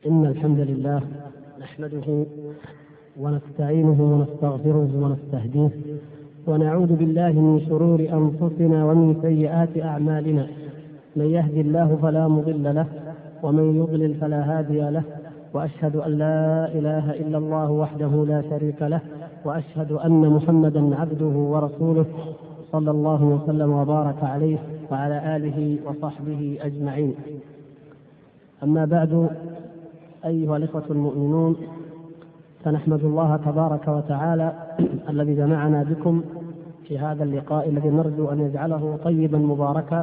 إن الحمد لله نحمده ونستعينه ونستغفره ونستهديه ونعوذ بالله من شرور أنفسنا ومن سيئات أعمالنا. من يهدي الله فلا مضل له ومن يضلل فلا هادي له، وأشهد أن لا إله إلا الله وحده لا شريك له، وأشهد أن محمدا عبده ورسوله صلى الله وسلم وبارك عليه وعلى آله وصحبه أجمعين. أما بعد، أيها الإخوة المؤمنون، فنحمد الله تبارك وتعالى الذي جمعنا بكم في هذا اللقاء الذي نرجو أن يجعله طيبا مباركا،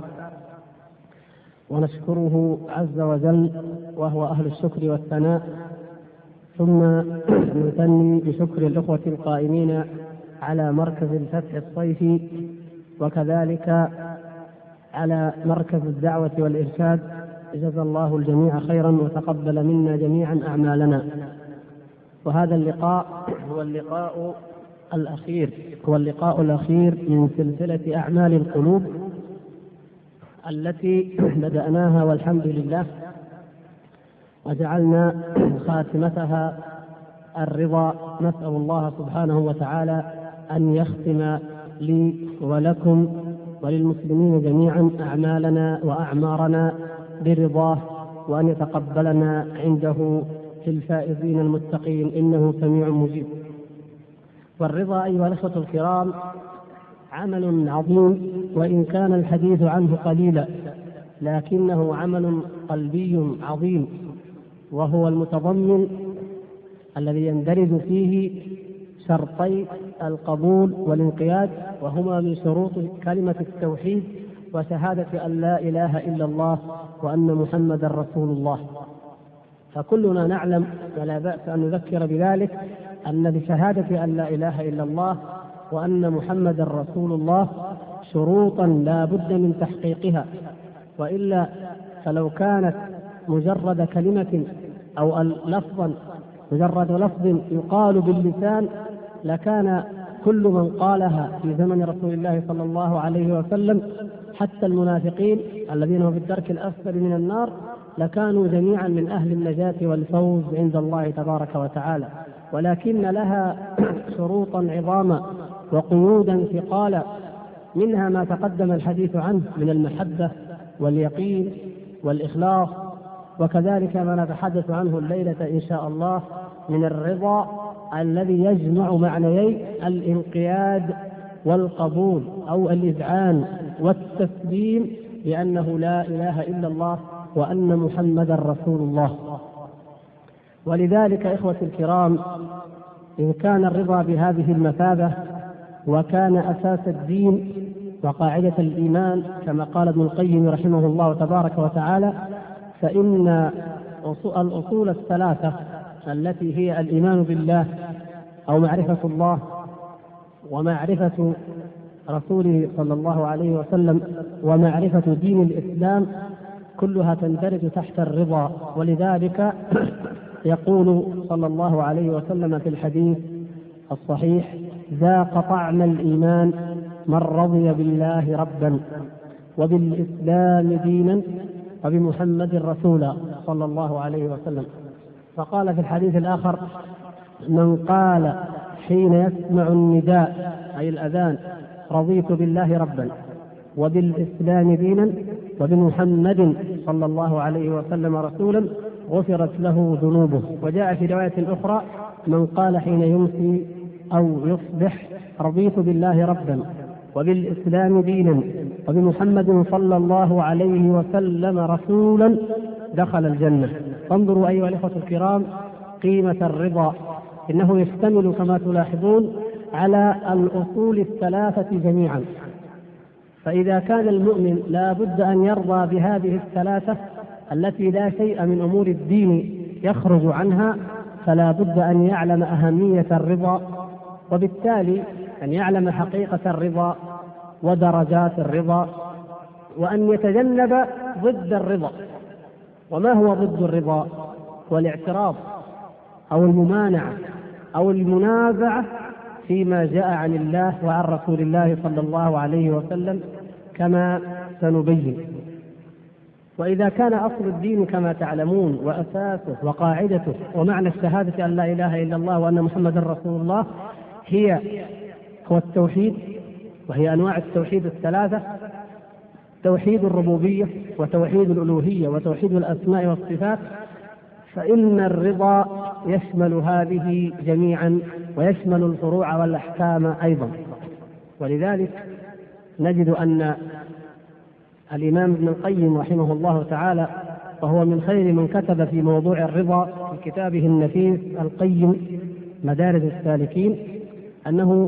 ونشكره عز وجل وهو أهل الشكر والثناء. ثم نثني بشكر الإخوة القائمين على مركز الفتح الصيفي، وكذلك على مركز الدعوة والإرشاد. جزا الله الجميع خيرا وتقبل منا جميعا أعمالنا. وهذا اللقاء هو اللقاء الأخير من سلسلة أعمال القلوب التي بدأناها والحمد لله، وجعلنا خاتمتها الرضا. نسأل الله سبحانه وتعالى أن يختم لي ولكم وللمسلمين جميعا أعمالنا وأعمارنا برضاه، وأن يتقبلنا عنده في الفائزين المتقين، إنه سميع مجيب. والرضا أيها الأخوة الكرام عمل عظيم، وإن كان الحديث عنه قليلا لكنه عمل قلبي عظيم، وهو المتضمن الذي يندرج فيه شرطي القبول والانقياد، وهما من شروط كلمة التوحيد وشهادة أن لا إله إلا الله وأن محمدا رسول الله. فكلنا نعلم ولا بأس أن نذكر بذلك أن بشهادة أن لا إله إلا الله وأن محمدا رسول الله شروطا لا بد من تحقيقها، وإلا فلو كانت مجرد كلمة أو مجرد لفظ يقال باللسان لكان كل من قالها في زمن رسول الله صلى الله عليه وسلم حتى المنافقين الذين هم في الدرك الأسفل من النار لكانوا جميعا من أهل النجاة والفوز عند الله تبارك وتعالى. ولكن لها شروطا عظاما وقيودا ثقالا، منها ما تقدم الحديث عنه من المحبة واليقين والإخلاص، وكذلك ما نتحدث عنه الليلة إن شاء الله من الرضا الذي يجمع معنيي الانقياد والقبول أو الإذعان والتسليم بأنه لا إله إلا الله وأن محمدا رسول الله. ولذلك إخوة الكرام، إن كان الرضا بهذه المثابة وكان أساس الدين وقاعدة الإيمان كما قال ابن القيم رحمه الله تبارك وتعالى، فإن الأصول الثلاثة التي هي الإيمان بالله أو معرفة الله ومعرفة رسوله صلى الله عليه وسلم ومعرفة دين الإسلام كلها تندرج تحت الرضا. ولذلك يقول صلى الله عليه وسلم في الحديث الصحيح: ذاق طعم الإيمان من رضي بالله ربا وبالإسلام دينا وبمحمد رسولا صلى الله عليه وسلم. فقال في الحديث الآخر: من قال حين يسمع النداء أي الأذان رضيت بالله ربا وبالإسلام دينا وبمحمد صلى الله عليه وسلم رسولا غفرت له ذنوبه. وجاء في رواية أخرى: من قال حين يمسي أو يصبح رضيت بالله ربا وبالإسلام دينا وبمحمد صلى الله عليه وسلم رسولا دخل الجنة. فانظروا أيها الإخوة الكرام قيمة الرضا، إنه يشتمل كما تلاحظون على الأصول الثلاثة جميعا. فإذا كان المؤمن لا بد أن يرضى بهذه الثلاثة التي لا شيء من أمور الدين يخرج عنها، فلا بد أن يعلم أهمية الرضا، وبالتالي أن يعلم حقيقة الرضا ودرجات الرضا، وأن يتجنب ضد الرضا. وما هو ضد الرضا؟ هو الاعتراض أو الممانعة أو المنازعة فيما جاء عن الله وعن رسول الله صلى الله عليه وسلم كما سنبين. وإذا كان أصل الدين كما تعلمون وأساسه وقاعدته ومعنى الشهادة أن لا إله إلا الله وأن محمدا رسول الله هو التوحيد، وهي أنواع التوحيد الثلاثة: توحيد الربوبية وتوحيد الألوهية وتوحيد الأسماء والصفات، فإن الرضا يشمل هذه جميعا ويشمل الفروع والأحكام أيضا. ولذلك نجد أن الإمام ابن القيم رحمه الله تعالى، وهو من خير من كتب في موضوع الرضا في كتابه النفيس القيم مدارج السالكين، أنه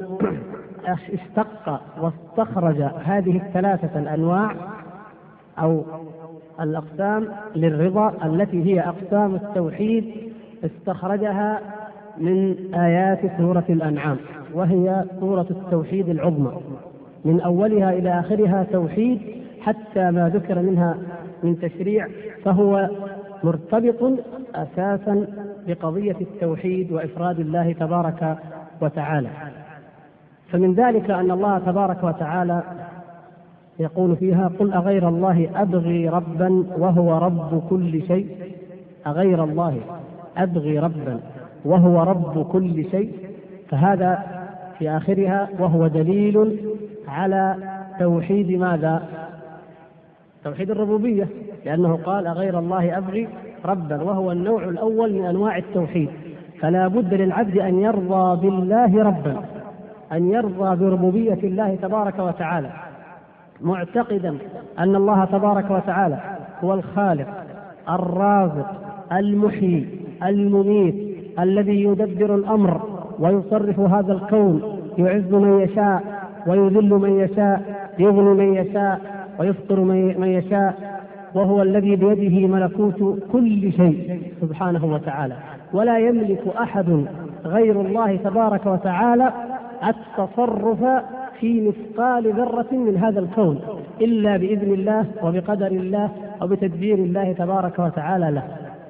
اشتق واستخرج هذه الثلاثة الأنواع أو الأقسام للرضا التي هي أقسام التوحيد، استخرجها من آيات سورة الأنعام، وهي سورة التوحيد العظمى، من أولها إلى آخرها توحيد، حتى ما ذكر منها من تشريع فهو مرتبط أساسا بقضية التوحيد وإفراد الله تبارك وتعالى. فمن ذلك أن الله تبارك وتعالى يقول فيها: قل أغير الله أبغي ربا وهو رب كل شيء. أغير الله أبغي ربا وهو رب كل شيء، فهذا في آخرها وهو دليل على توحيد ماذا؟ توحيد الربوبية، لأنه قال أغير الله أبغي ربا، وهو النوع الأول من أنواع التوحيد. فلا بد للعبد أن يرضى بالله ربا، أن يرضى بربوبية الله تبارك وتعالى، معتقدا أن الله تبارك وتعالى هو الخالق الرازق المحيي المميت الذي يدبر الأمر ويصرف هذا الكون، يعز من يشاء ويذل من يشاء، يغني من يشاء ويفطر من يشاء، وهو الذي بيده ملكوت كل شيء سبحانه وتعالى. ولا يملك أحد غير الله تبارك وتعالى التصرف في مثقال ذرة من هذا الكون إلا بإذن الله وبقدر الله وبتدبير الله تبارك وتعالى له.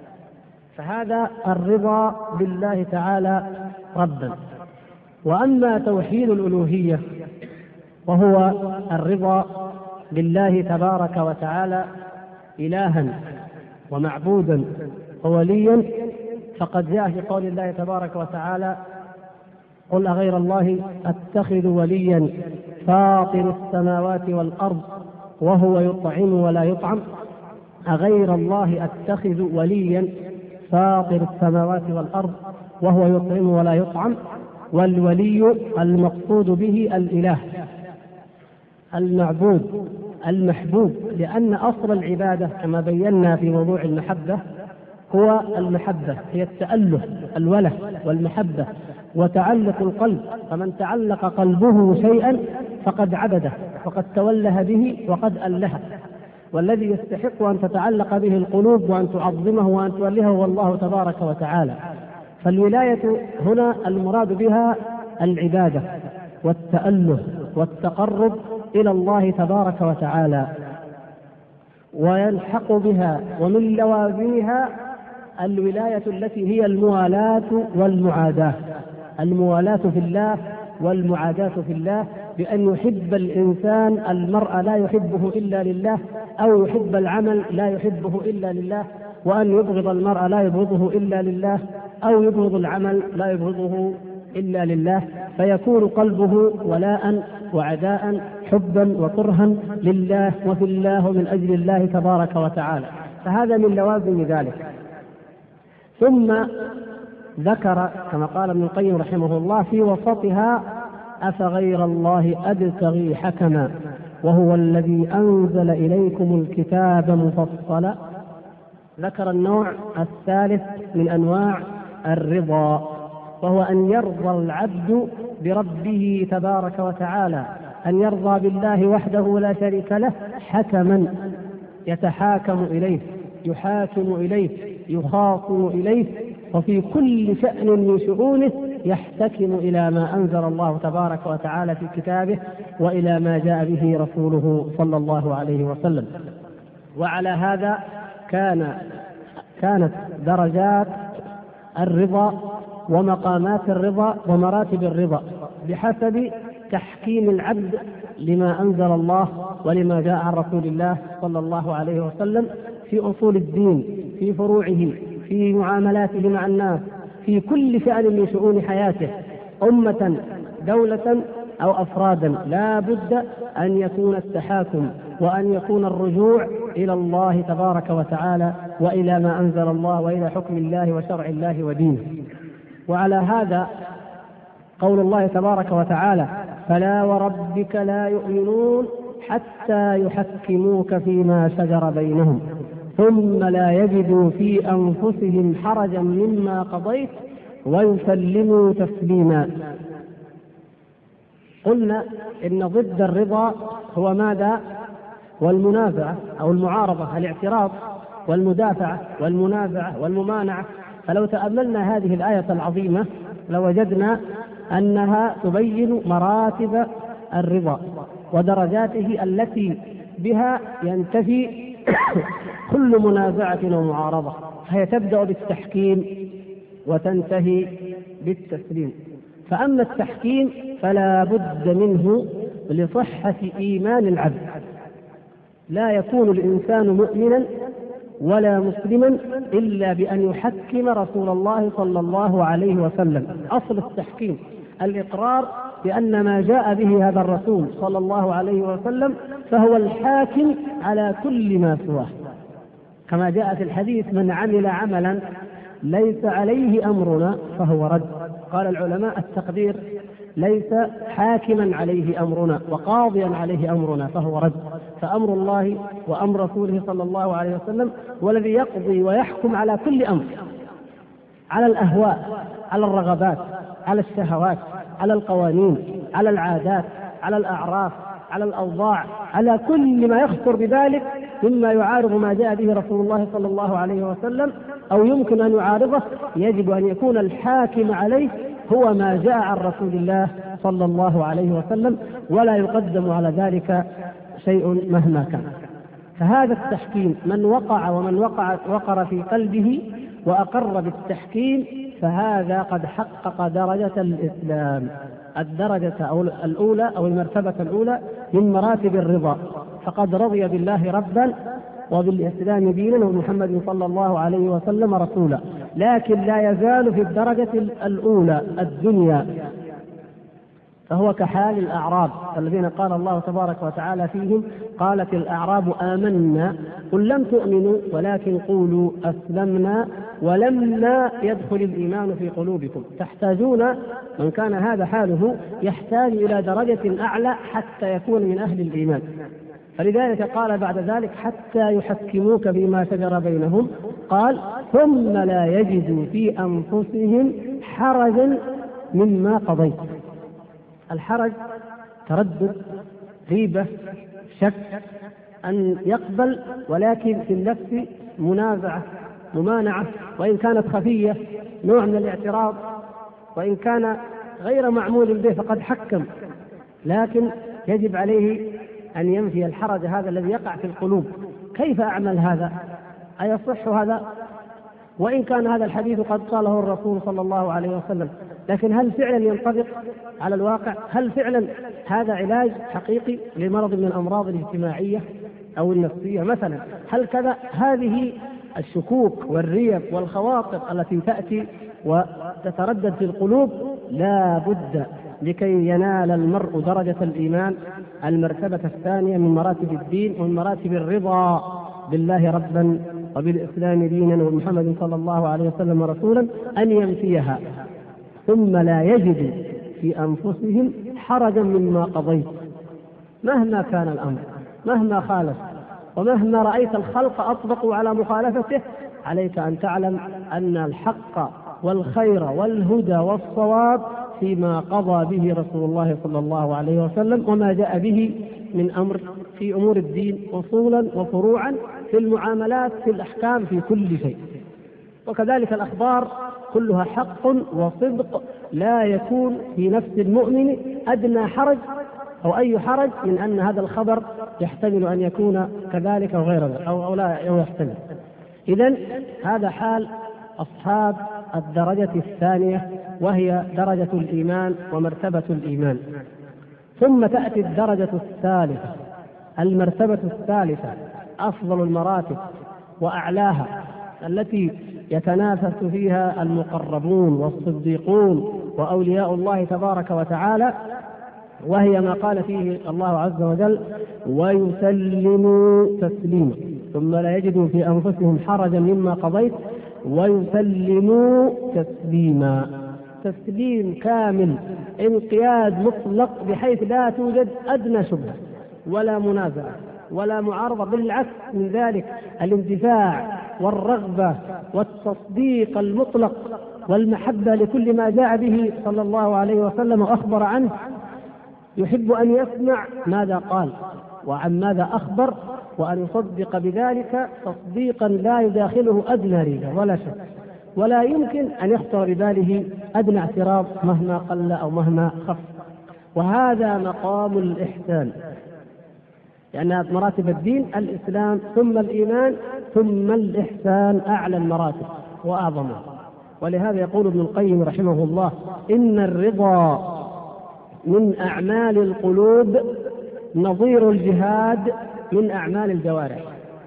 فهذا الرضا بالله تعالى ربا. وأما توحيد الألوهية وهو الرضا بالله تبارك وتعالى إلها ومعبودا ووليا، فقد جاء في قول الله تبارك وتعالى: قل أغير الله أتخذ وليا فاطر السماوات والأرض وهو يطعم ولا يطعم. أغير الله أتخذ وليا فاطر السماوات والأرض وهو يطعم ولا يطعم. والولي المقصود به الإله المعبود المحبوب، لأن أصل العبادة كما بينا في موضوع المحبة هو المحبة، هي التأله الوله والمحبة وتعلق القلب. فمن تعلق قلبه شيئا فقد عبده وقد توله به وقد ألهه، والذي يستحق أن تتعلق به القلوب وأن تعظمه وأن تولهه هو الله تبارك وتعالى. فالولاية هنا المراد بها العبادة والتأله والتقرب إلى الله تبارك وتعالى، ويلحق بها ومن لوازمها الولاية التي هي الموالاة والمعاداة، الموالاة في الله والمعاداة في الله، بأن يحب الإنسان المرء لا يحبه إلا لله، أو يحب العمل لا يحبه إلا لله، وأن يبغض المرء لا يبغضه إلا لله، أو يبغض العمل لا يبغضه إلا لله، فيكون قلبه ولاء وعداء، حبا وكرها لله وفي الله ومن أجل الله تبارك وتعالى. فهذا من لوازم ذلك. ثم ذكر كما قال ابن القيم رحمه الله في وسطها: أفغير الله أبتغي حكما وهو الذي أنزل إليكم الكتاب مفصلا. ذكر النوع الثالث من أنواع الرضا، وهو أن يرضى العبد بربه تبارك وتعالى، أن يرضى بالله وحده لا شريك له حكما يتحاكم إليه، يحاكم إليه، يخاصم إليه، وفي كل شأن من شؤونه يحتكم إلى ما أنزل الله تبارك وتعالى في كتابه وإلى ما جاء به رسوله صلى الله عليه وسلم. وعلى هذا كانت درجات الرضا ومقامات الرضا ومراتب الرضا بحسب تحكيم العبد لما أنزل الله ولما جاء عن رسول الله صلى الله عليه وسلم، في أصول الدين، في فروعه، في معاملاته مع الناس، في كل شأن من شؤون حياته، أمة، دولة أو أفرادا، لا بد أن يكون التحاكم وأن يكون الرجوع إلى الله تبارك وتعالى وإلى ما أنزل الله وإلى حكم الله وشرع الله ودينه. وعلى هذا قول الله تبارك وتعالى: فلا وربك لا يؤمنون حتى يحكموك فيما شجر بينهم ثم لا يجدوا في أنفسهم حرجا مما قضيت ويسلموا تسليما. قلنا إن ضد الرضا هو ماذا؟ والمنازعة أو المعارضة، الاعتراض والمدافعة والمنازعة والممانعة. فلو تأملنا هذه الآية العظيمة لوجدنا أنها تبين مراتب الرضا ودرجاته التي بها ينتفي كل منازعة ومعارضة، فهي تبدأ بالتحكيم وتنتهي بالتسليم. فأما التحكيم فلا بد منه لصحة إيمان العبد، لا يكون الإنسان مؤمنا ولا مسلما إلا بأن يحكم رسول الله صلى الله عليه وسلم. أصل التحكيم الإقرار بأن ما جاء به هذا الرسول صلى الله عليه وسلم فهو الحاكم على كل ما سواه، كما جاء في الحديث: من عمل عملا ليس عليه أمرنا فهو رد. قال العلماء: التقدير ليس حاكما عليه أمرنا وقاضيا عليه أمرنا فهو رد، فأمر الله وأمر رسوله صلى الله عليه وسلم هو الذي يقضي ويحكم على كل أمر، على الأهواء، على الرغبات، على الشهوات، على القوانين، على العادات، على الأعراف، على الأوضاع، على كل ما يخطر بذلك مما يعارض ما جاء به رسول الله صلى الله عليه وسلم أو يمكن أن يعارضه. يجب أن يكون الحاكم عليه هو ما جاء عن رسول الله صلى الله عليه وسلم، ولا يقدم على ذلك شيء مهما كان. فهذا التحكيم من وقع ومن وقر في قلبه وأقر بالتحكيم فهذا قد حقق درجة الإسلام، الدرجة الأولى أو المرتبة الأولى من مراتب الرضا، فقد رضي بالله ربا وبالإسلام دينا ومحمد صلى الله عليه وسلم رسولا. لكن لا يزال في الدرجة الأولى الدنيا، فهو كحال الأعراب الذين قال الله تبارك وتعالى فيهم: قالت الأعراب آمنا قل لم تؤمنوا ولكن قولوا أسلمنا ولما يدخل الإيمان في قلوبكم. تحتاجون، من كان هذا حاله يحتاج إلى درجة أعلى حتى يكون من أهل الإيمان. فلذلك قال بعد ذلك: حتى يحكموك فيما شجر بينهم، قال: ثم لا يجدوا في أنفسهم حرجا مما قضيت. الحرج تردد، ريبة، شك، أن يقبل ولكن في النفس منازعة، ممانعة، وإن كانت خفية نوع من الاعتراض، وإن كان غير معمول به فقد حكم، لكن يجب عليه أن ينفي الحرج هذا الذي يقع في القلوب. كيف أعمل هذا؟ أيصح هذا؟ وإن كان هذا الحديث قد قاله الرسول صلى الله عليه وسلم، لكن هل فعلا ينطبق على الواقع؟ هل فعلا هذا علاج حقيقي لمرض من الأمراض الاجتماعية أو النفسية مثلا؟ هل كذا؟ هذه الشكوك والريب والخواطر التي تأتي وتتردد في القلوب لا بد لكي ينال المرء درجة الإيمان، المرتبة الثانية من مراتب الدين ومن مراتب الرضا بالله ربا وبالإسلام دينا ومحمد صلى الله عليه وسلم رسولا، أن ينفيها. ثم لا يجد في أنفسهم حرجا مما قضيت، مهما كان الأمر، مهما خالف، ومهما رأيت الخلق أطبقوا على مخالفته، عليك أن تعلم أن الحق والخير والهدى والصواب فيما قضى به رسول الله صلى الله عليه وسلم وما جاء به من أمر في أمور الدين أصولا وفروعا، في المعاملات، في الأحكام، في كل شيء. وكذلك الأخبار كلها حق وصدق، لا يكون في نفس المؤمن أدنى حرج أو أي حرج من أن هذا الخبر يحتمل أن يكون كذلك أو غير ذلك أو لا يحتمل. إذن هذا حال أصحاب الدرجة الثانية، وهي درجة الإيمان ومرتبة الإيمان. ثم تأتي الدرجة الثالثة، المرتبة الثالثة، أفضل المراتب، وأعلاها، التي يتنافس فيها المقربون والصديقون وأولياء الله تبارك وتعالى، وهي ما قال فيه الله عز وجل: ويسلموا تسليما، ثم لا يجدوا في أنفسهم حرجا مما قضيت ويسلموا تسليما. تسليم كامل، انقياد مطلق، بحيث لا توجد أدنى شبهة ولا منازعة ولا معارضة، بالعكس من ذلك الاندفاع والرغبة والتصديق المطلق والمحبة لكل ما جاء به صلى الله عليه وسلم وأخبر عنه. يحب أن يسمع ماذا قال وعن ماذا أخبر، وأن يصدق بذلك تصديقا لا يداخله أدنى ريبة ولا شك، ولا يمكن أن يخطر بباله أدنى اعتراض مهما قل أو مهما خف. وهذا مقام الإحسان، لأن مراتب الدين الإسلام ثم الإيمان ثم الإحسان أعلى المراتب وأعظمها. ولهذا يقول ابن القيم رحمه الله: إن الرضا من أعمال القلوب نظير الجهاد من أعمال الجوارح.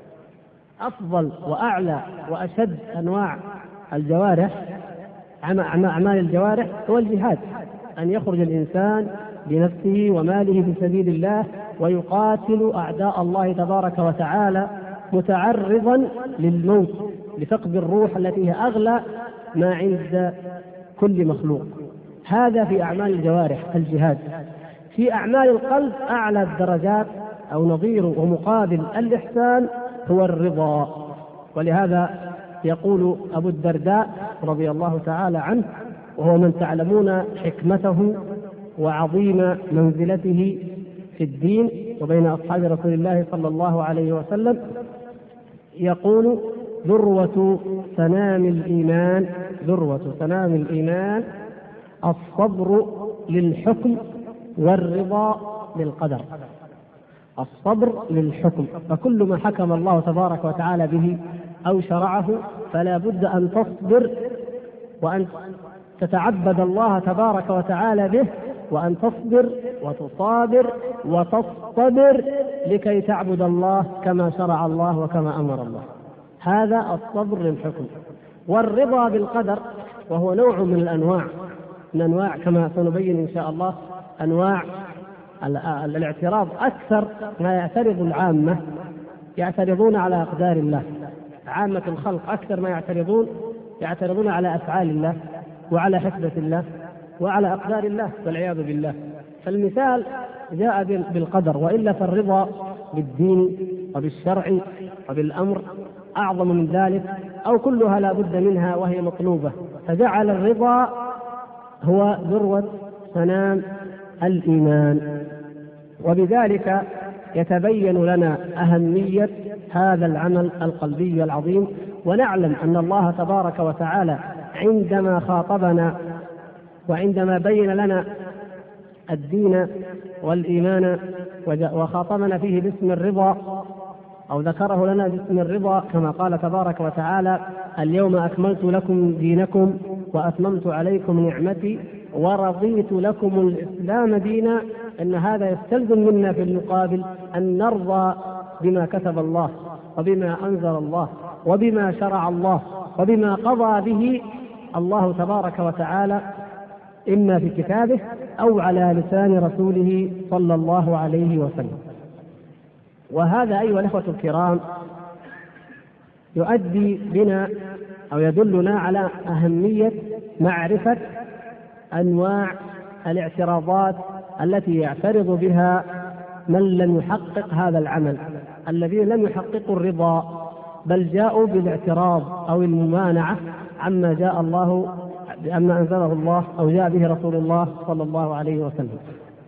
أفضل وأعلى وأشد أنواع الجوارح، أعمال الجوارح، هو الجهاد، أن يخرج الإنسان بنفسه وماله في سبيل الله ويقاتل أعداء الله تبارك وتعالى متعرضا للموت لفقد الروح التي هي أغلى ما عند كل مخلوق. هذا في أعمال الجوارح الجهاد. في أعمال القلب أعلى الدرجات أو نظير ومقابل الإحسان هو الرضا. ولهذا يقول أبو الدرداء رضي الله تعالى عنه، وهو من تعلمون حكمته وعظيم منزلته في الدين وبين أصحاب رسول الله صلى الله عليه وسلم، يقول: ذروة سنام الإيمان الصبر للحكم والرضا بالقدر. الصبر للحكم، فكل ما حكم الله تبارك وتعالى به أو شرعه فلا بد أن تصبر وأن تتعبد الله تبارك وتعالى به، وأن تصبر وتصابر وتصطبر لكي تعبد الله كما شرع الله وكما أمر الله. هذا الصبر للحكم. والرضا بالقدر وهو نوع من الأنواع كما سنبين إن شاء الله أنواع الاعتراض. أكثر ما يعترض العامة يعترضون على أقدار الله، عامة الخلق أكثر ما يعترضون على أفعال الله وعلى حكمة الله وعلى أقدار الله والعياذ بالله. فالمثال جاء بالقدر، وإلا فالرضا بالدين وبالشرع وبالأمر أعظم من ذلك، أو كلها لا بد منها وهي مطلوبة. فجعل الرضا هو ذروة سنام الإيمان. وبذلك يتبين لنا أهمية هذا العمل القلبي العظيم، ونعلم أن الله تبارك وتعالى عندما خاطبنا وعندما بين لنا الدين والإيمان وخاطبنا فيه باسم الرضا، أو ذكره لنا باسم الرضا، كما قال تبارك وتعالى: اليوم أكملت لكم دينكم وأتممت عليكم نعمتي ورضيت لكم الإسلام دينا. أن هذا يستلزم منا في المقابل أن نرضى بما كتب الله وبما أنزل الله وبما شرع الله وبما قضى به الله تبارك وتعالى، إما في كتابه أو على لسان رسوله صلى الله عليه وسلم. وهذا أيها الأخوة الكرام يؤدي بنا أو يدلنا على أهمية معرفة أنواع الاعتراضات التي يعترض بها من لم يحقق هذا العمل، الذين لم يحققوا الرضا بل جاءوا بالاعتراض أو الممانعة عما أنزله الله أو جاء به رسول الله صلى الله عليه وسلم.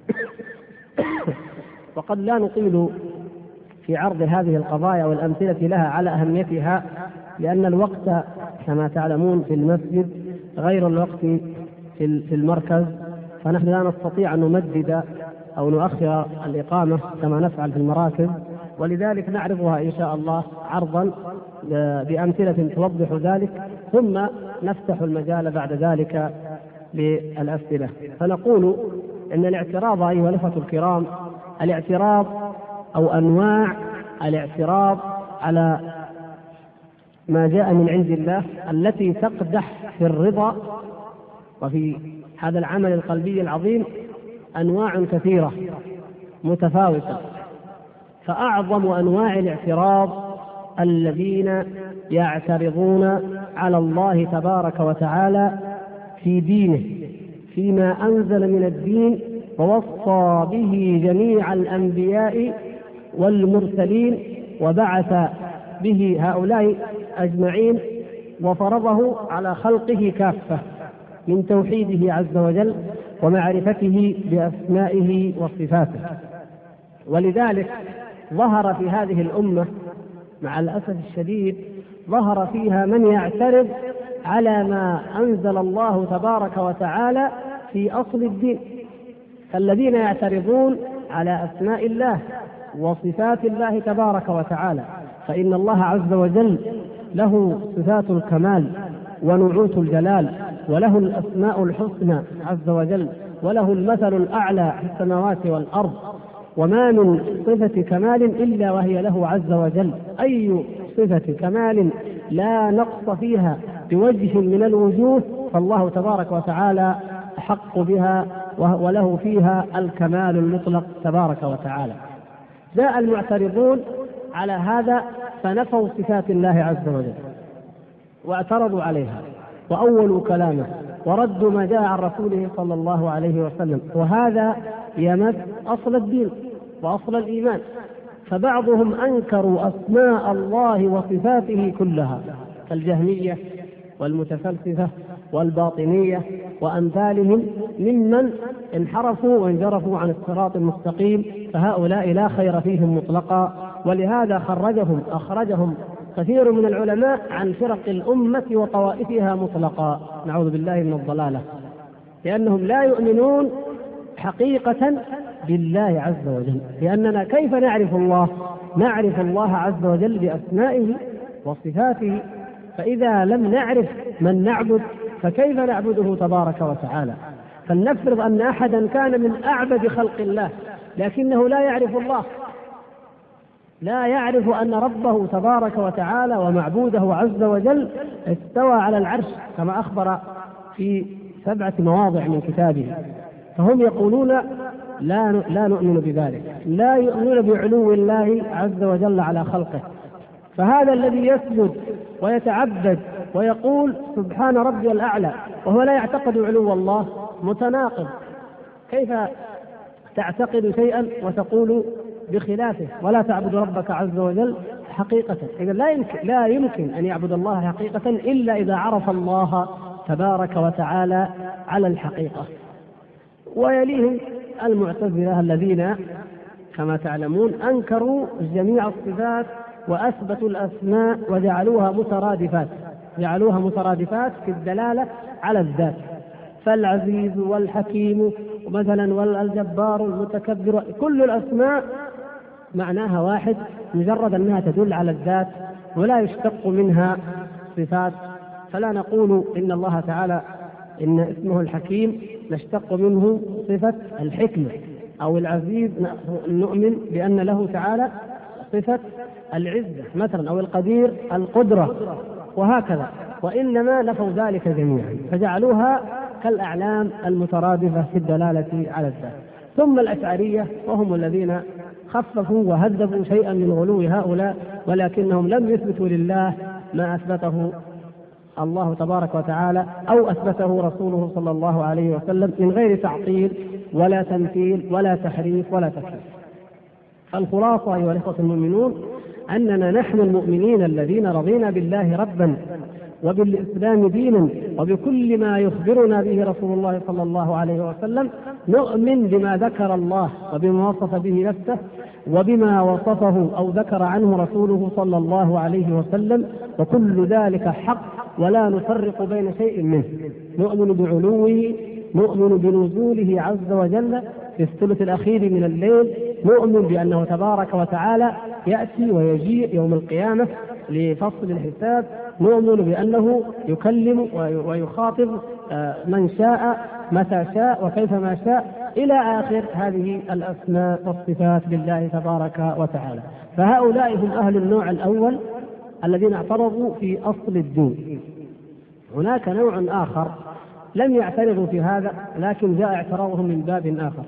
وقد لا نطيل في عرض هذه القضايا والأمثلة لها على أهميتها، لأن الوقت كما تعلمون في المسجد غير الوقت في المركز، فنحن لا نستطيع أن نمدد أو نؤخر الإقامة كما نفعل في المراكز، ولذلك نعرضها إن شاء الله عرضا بأمثلة توضح ذلك، ثم نفتح المجال بعد ذلك للأسئلة. فنقول إن الاعتراض أيها الأخوة الكرام، الاعتراض أو أنواع الاعتراض على ما جاء من عند الله التي تقدح في الرضا. وفي هذا العمل القلبي العظيم أنواع كثيرة متفاوتة، فأعظم أنواع الاعتراض الذين يعترضون على الله تبارك وتعالى في دينه فيما أنزل من الدين ووصى به جميع الأنبياء والمرسلين وبعث به هؤلاء أجمعين وفرضه على خلقه كافة من توحيده عز وجل ومعرفته بأسمائه وصفاته. ولذلك ظهر في هذه الأمة مع الأسف الشديد ظهر فيها من يعترض على ما أنزل الله تبارك وتعالى في أصل الدين، فالذين يعترضون على أسماء الله وصفات الله تبارك وتعالى، فإن الله عز وجل له صفات الكمال ونعوت الجلال، وله الأسماء الحسنى عز وجل، وله المثل الأعلى في السماوات والأرض، وما من صفة كمال إلا وهي له عز وجل. أي صفة كمال لا نقص فيها بوجه من الوجوه فالله تبارك وتعالى أحق بها وله فيها الكمال المطلق تبارك وتعالى. جاء المعترضون على هذا فنفوا صفات الله عز وجل واعترضوا عليها وأولوا كلامه وردوا ما جاء عن رسوله صلى الله عليه وسلم، وهذا يمس أصل الدين وأصل الإيمان. فبعضهم أنكروا أسماء الله وصفاته كلها كالجهمية والمتفلسفة والباطنية وأمثالهم ممن انحرفوا وانجرفوا عن الصراط المستقيم، فهؤلاء لا خير فيهم مطلقا. ولهذا أخرجهم كثير من العلماء عن فرق الأمة وطوائفها مطلقا، نعوذ بالله من الضلالة، لأنهم لا يؤمنون حقيقة بالله عز وجل. لأننا كيف نعرف الله؟ نعرف الله عز وجل بأسمائه وصفاته، فإذا لم نعرف من نعبد فكيف نعبده تبارك وتعالى؟ فلنفرض أن أحدا كان من أعبد خلق الله لكنه لا يعرف الله، لا يعرف أن ربه تبارك وتعالى ومعبوده عز وجل استوى على العرش كما أخبر في 7 مواضع من كتابه، فهم يقولون لا نؤمن بذلك، لا يؤمنون بعلو الله عز وجل على خلقه. فهذا الذي يسجد ويتعبد ويقول سبحان ربي الأعلى وهو لا يعتقد علو الله متناقض. كيف تعتقد شيئا وتقول بخلافه ولا تعبد ربك عز وجل حقيقة؟ إذا لا يمكن أن يعبد الله حقيقة إلا إذا عرف الله تبارك وتعالى على الحقيقة. ويليهم المعتزلة الذين كما تعلمون أنكروا جميع الصفات وأثبتوا الأسماء وجعلوها مترادفات في الدلالة على الذات، فالعزيز والحكيم مثلا والجبار المتكبر، كل الأسماء معناها واحد مجرد أنها تدل على الذات ولا يشتق منها صفات. فلا نقول إن الله تعالى إن اسمه الحكيم نشتق منه صفة الحكمة، أو العزيز نؤمن بأن له تعالى صفة العزة مثلا، أو القدير القدرة، وهكذا، وإنما نفوا ذلك جميعا فجعلوها كالأعلام المترادفة في الدلالة على الذات. ثم الأشعرية وهم الذين خففوا وهذبوا شيئا من غلو هؤلاء، ولكنهم لم يثبتوا لله ما أثبته الله تبارك وتعالى أو أثبته رسوله صلى الله عليه وسلم من غير تعطيل ولا تمثيل ولا تحريف ولا تكييف. الخلاصة أيها الإخوة المؤمنون أننا نحن المؤمنين الذين رضينا بالله ربا وبالإسلام دينا وبكل ما يخبرنا به رسول الله صلى الله عليه وسلم نؤمن بما ذكر الله وبما وصف به نفسه وبما وصفه أو ذكر عنه رسوله صلى الله عليه وسلم، وكل ذلك حق ولا نفرق بين شيء منه. نؤمن بعلوه، نؤمن بنزوله عز وجل في الثلث الأخير من الليل، نؤمن بأنه تبارك وتعالى يأتي ويجيء يوم القيامة لفصل الحساب، نؤمن بأنه يكلم ويخاطب من شاء متى شاء وكيفما شاء إلى آخر هذه الأسماء والصفات لله تبارك وتعالى. فهؤلاء هم أهل النوع الأول الذين اعترضوا في أصل الدين. هناك نوع آخر لم يعترضوا في هذا، لكن جاء اعتراضهم من باب آخر،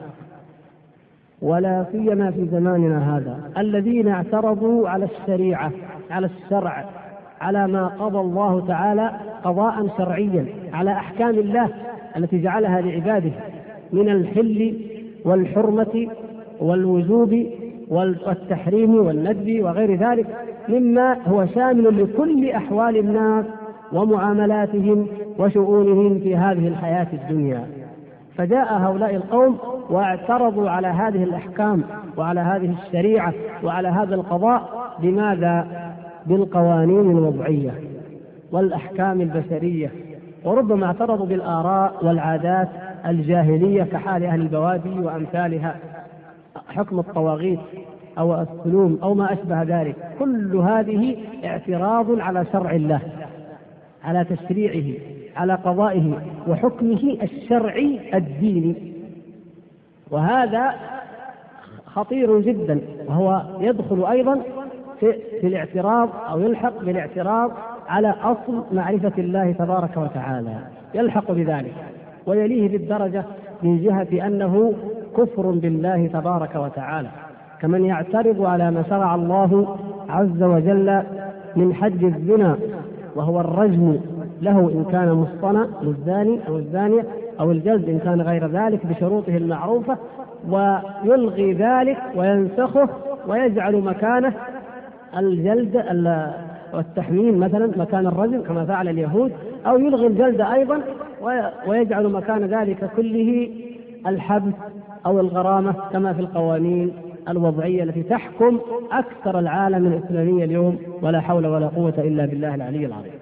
ولا سيما في زماننا هذا، الذين اعترضوا على الشريعة، على الشرع، على ما قضى الله تعالى قضاء شرعيا، على أحكام الله التي جعلها لعباده من الحل والحرمة والوجوب والتحريم والندب وغير ذلك، مما هو شامل لكل أحوال الناس ومعاملاتهم وشؤونهم في هذه الحياة الدنيا. فجاء هؤلاء القوم واعترضوا على هذه الأحكام وعلى هذه الشريعة وعلى هذا القضاء. بماذا؟ بالقوانين الوضعية والأحكام البشرية، وربما اعترضوا بالآراء والعادات الجاهلية كحال أهل البوادي وأمثالها، حكم الطواغيت أو السلوم أو ما أشبه ذلك. كل هذه اعتراض على شرع الله، على تشريعه، على قضائه وحكمه الشرعي الديني. وهذا خطير جدا، وهو يدخل أيضا في الاعتراض أو يلحق بالاعتراض على أصل معرفة الله تبارك وتعالى، يلحق بذلك ويليه بالدرجة من جهة أنه كفر بالله تبارك وتعالى، كمن يعترض على ما شرع الله عز وجل من حد الزنا، وهو الرجم له إن كان محصنا للزاني أو الزانية، أو الجلد إن كان غير ذلك بشروطه المعروفة، ويلغي ذلك وينسخه ويجعل مكانه الجلد والتحميم مثلا مكان الرجم كما فعل اليهود، أو يلغي الجلد أيضا ويجعل مكان ذلك كله الحبس أو الغرامة كما في القوانين الوضعية التي تحكم أكثر العالم الإسلامي اليوم، ولا حول ولا قوة إلا بالله العلي العظيم.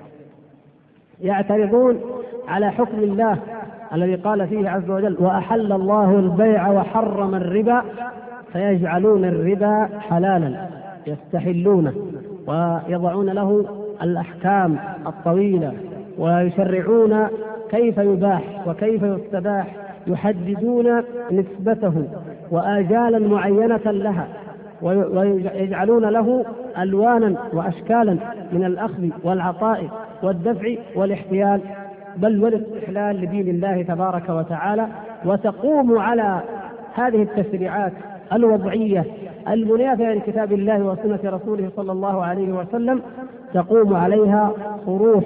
يعترضون على حكم الله الذي قال فيه عز وجل: وأحل الله البيع وحرم الربا، فيجعلون الربا حلالا يستحلونه ويضعون له الأحكام الطويلة ويشرعون كيف يباح وكيف يستباح، يحددون نسبته وآجالا معينة لها، ويجعلون له ألوانا وأشكالا من الأخذ والعطاء والدفع والاحتيال بل والاستحلال لدين الله تبارك وتعالى. وتقوم على هذه التشريعات الوضعية المنافية لكتاب الله وسنة رسوله صلى الله عليه وسلم، تقوم عليها صروح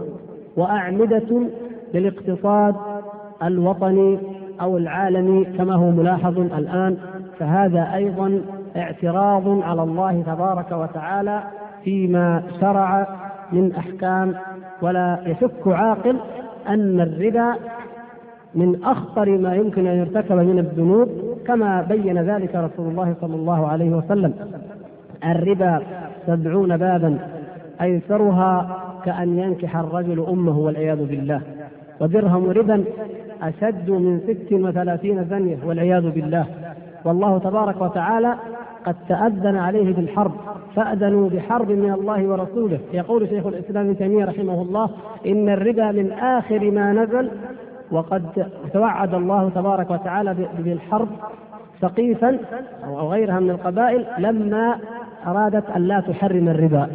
وأعمدة للاقتصاد الوطني أو العالمي كما هو ملاحظ الآن. فهذا أيضا اعتراض على الله تبارك وتعالى فيما شرع من أحكام. ولا يشك عاقل أن الربا من أخطر ما يمكن أن يرتكب من الذنوب، كما بين ذلك رسول الله صلى الله عليه وسلم: الربا 70 بابا أيسرها كأن ينكح الرجل أمه والعياذ بالله، ودرهم ربا أشد من 36 زنية والعياذ بالله. والله تبارك وتعالى قد تأذن عليه بالحرب، فأذنوا بحرب من الله ورسوله. يقول شيخ الإسلام ابن تيمية رحمه الله: إن الربا من آخر ما نزل، وقد توعد الله تبارك وتعالى بالحرب ثقيفا أو غيرها من القبائل لما أرادت أن لا تحرم الربا،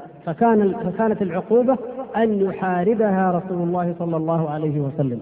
فكانت العقوبة أن يحاربها رسول الله صلى الله عليه وسلم.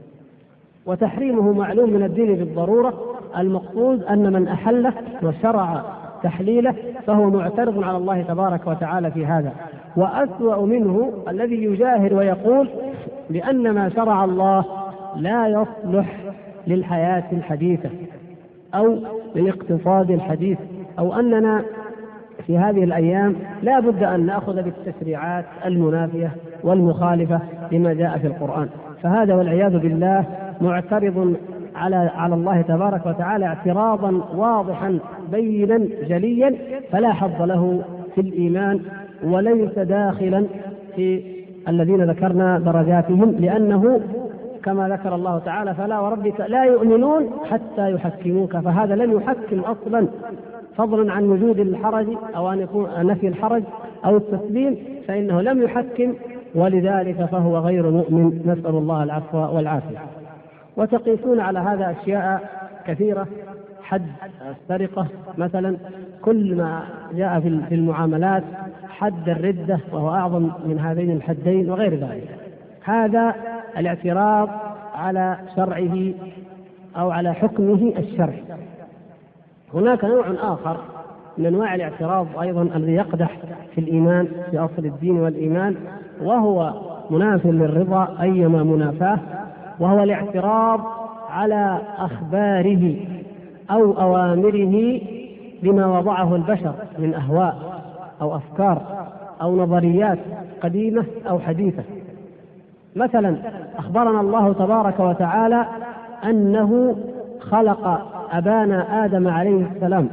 وتحريمه معلوم من الدين بالضرورة، المقصود أن من أحله وشرع تحليله فهو معترض على الله تبارك وتعالى في هذا. وأسوأ منه الذي يجاهر ويقول بأن ما شرع الله لا يصلح للحياة الحديثة أو للاقتصاد الحديث، أو أننا في هذه الأيام لا بد أن نأخذ بالتشريعات المنافية والمخالفة لما جاء في القرآن. فهذا والعياذ بالله معترض على الله تبارك وتعالى اعتراضا واضحا بينا جليا، فلا حظ له في الإيمان وليس داخلا في الذين ذكرنا درجاتهم، لأنه كما ذكر الله تعالى: فلا وربك لا يؤمنون حتى يحكموك. فهذا لم يحكم أصلا، فضلا عن وجود الحرج أو أن يكون نفي الحرج أو التسليم، فإنه لم يحكم، ولذلك فهو غير مؤمن، نسأل الله العفو والعافية. وتقيسون على هذا أشياء كثيرة، حد السرقة مثلا، كل ما جاء في المعاملات حد الردة وهو أعظم من هذين الحدين وغير ذلك. هذا الاعتراض على شرعه أو على حكمه الشرعي. هناك نوع آخر من أنواع الاعتراض أيضا الذي يقدح في الإيمان، في أصل الدين والإيمان، وهو مناف للرضا أيما منافاه، وهو الاعتراض على أخباره أو أوامره بما وضعه البشر من أهواء أو أفكار أو نظريات قديمة أو حديثة. مثلا أخبرنا الله تبارك وتعالى أنه خلق أبانا آدم عليه السلام،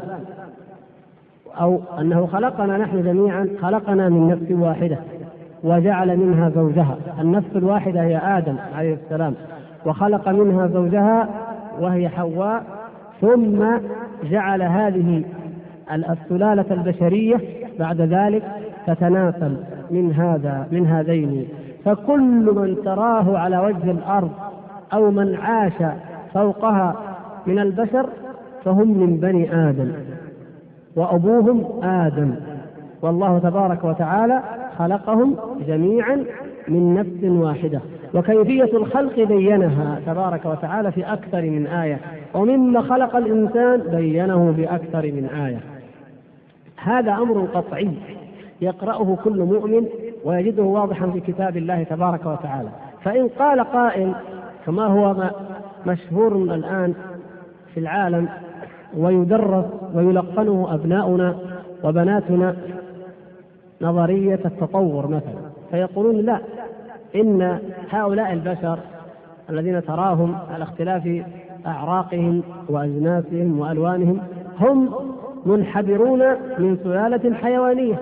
أو أنه خلقنا نحن جميعا، خلقنا من نفس واحدة وجعل منها زوجها. النفس الواحدة هي آدم عليه السلام، وخلق منها زوجها وهي حواء، ثم جعل هذه السلالة البشرية بعد ذلك تتناسل من هذين. فكل من تراه على وجه الأرض أو من عاش فوقها من البشر فهم من بني آدم وأبوهم آدم، والله تبارك وتعالى خلقهم جميعا من نفس واحدة. وكيفية الخلق بينها تبارك وتعالى في أكثر من آية، ومما خلق الإنسان بينه بأكثر من آية. هذا أمر قطعي يقرأه كل مؤمن ويجده واضحا في كتاب الله تبارك وتعالى. فإن قال قائل كما هو مشهور الآن في العالم ويدرس ويلقنه أبناؤنا وبناتنا، نظرية التطور مثلا، فيقولون لا، إن هؤلاء البشر الذين تراهم على اختلاف أعراقهم وأجناسهم وألوانهم هم منحدرون من سلالة حيوانية.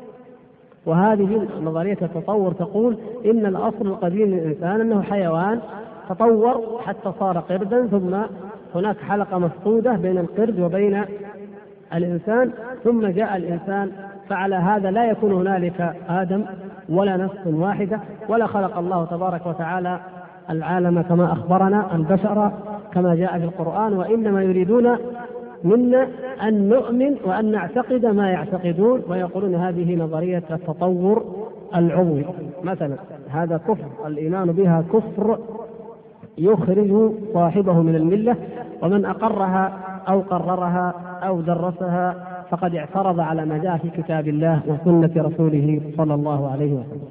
وهذه نظرية التطور تقول إن الأصل القديم للإنسان أنه حيوان تطور حتى صار قردا، ثم هناك حلقة مفقودة بين القرد وبين الإنسان، ثم جاء الإنسان. فعلى هذا لا يكون هنالك آدم ولا نفس واحدة، ولا خلق الله تبارك وتعالى العالم كما أخبرنا البشر كما جاء في القرآن، وإنما يريدون منا أن نؤمن وأن نعتقد ما يعتقدون، ويقولون هذه نظرية التطور العضوي مثلا. هذا كفر، الإيمان بها كفر يخرج صاحبه من الملة، ومن أقرها أو قررها أو درسها فقد اعترض على ما جاء في كتاب الله وسنة رسوله صلى الله عليه وسلم.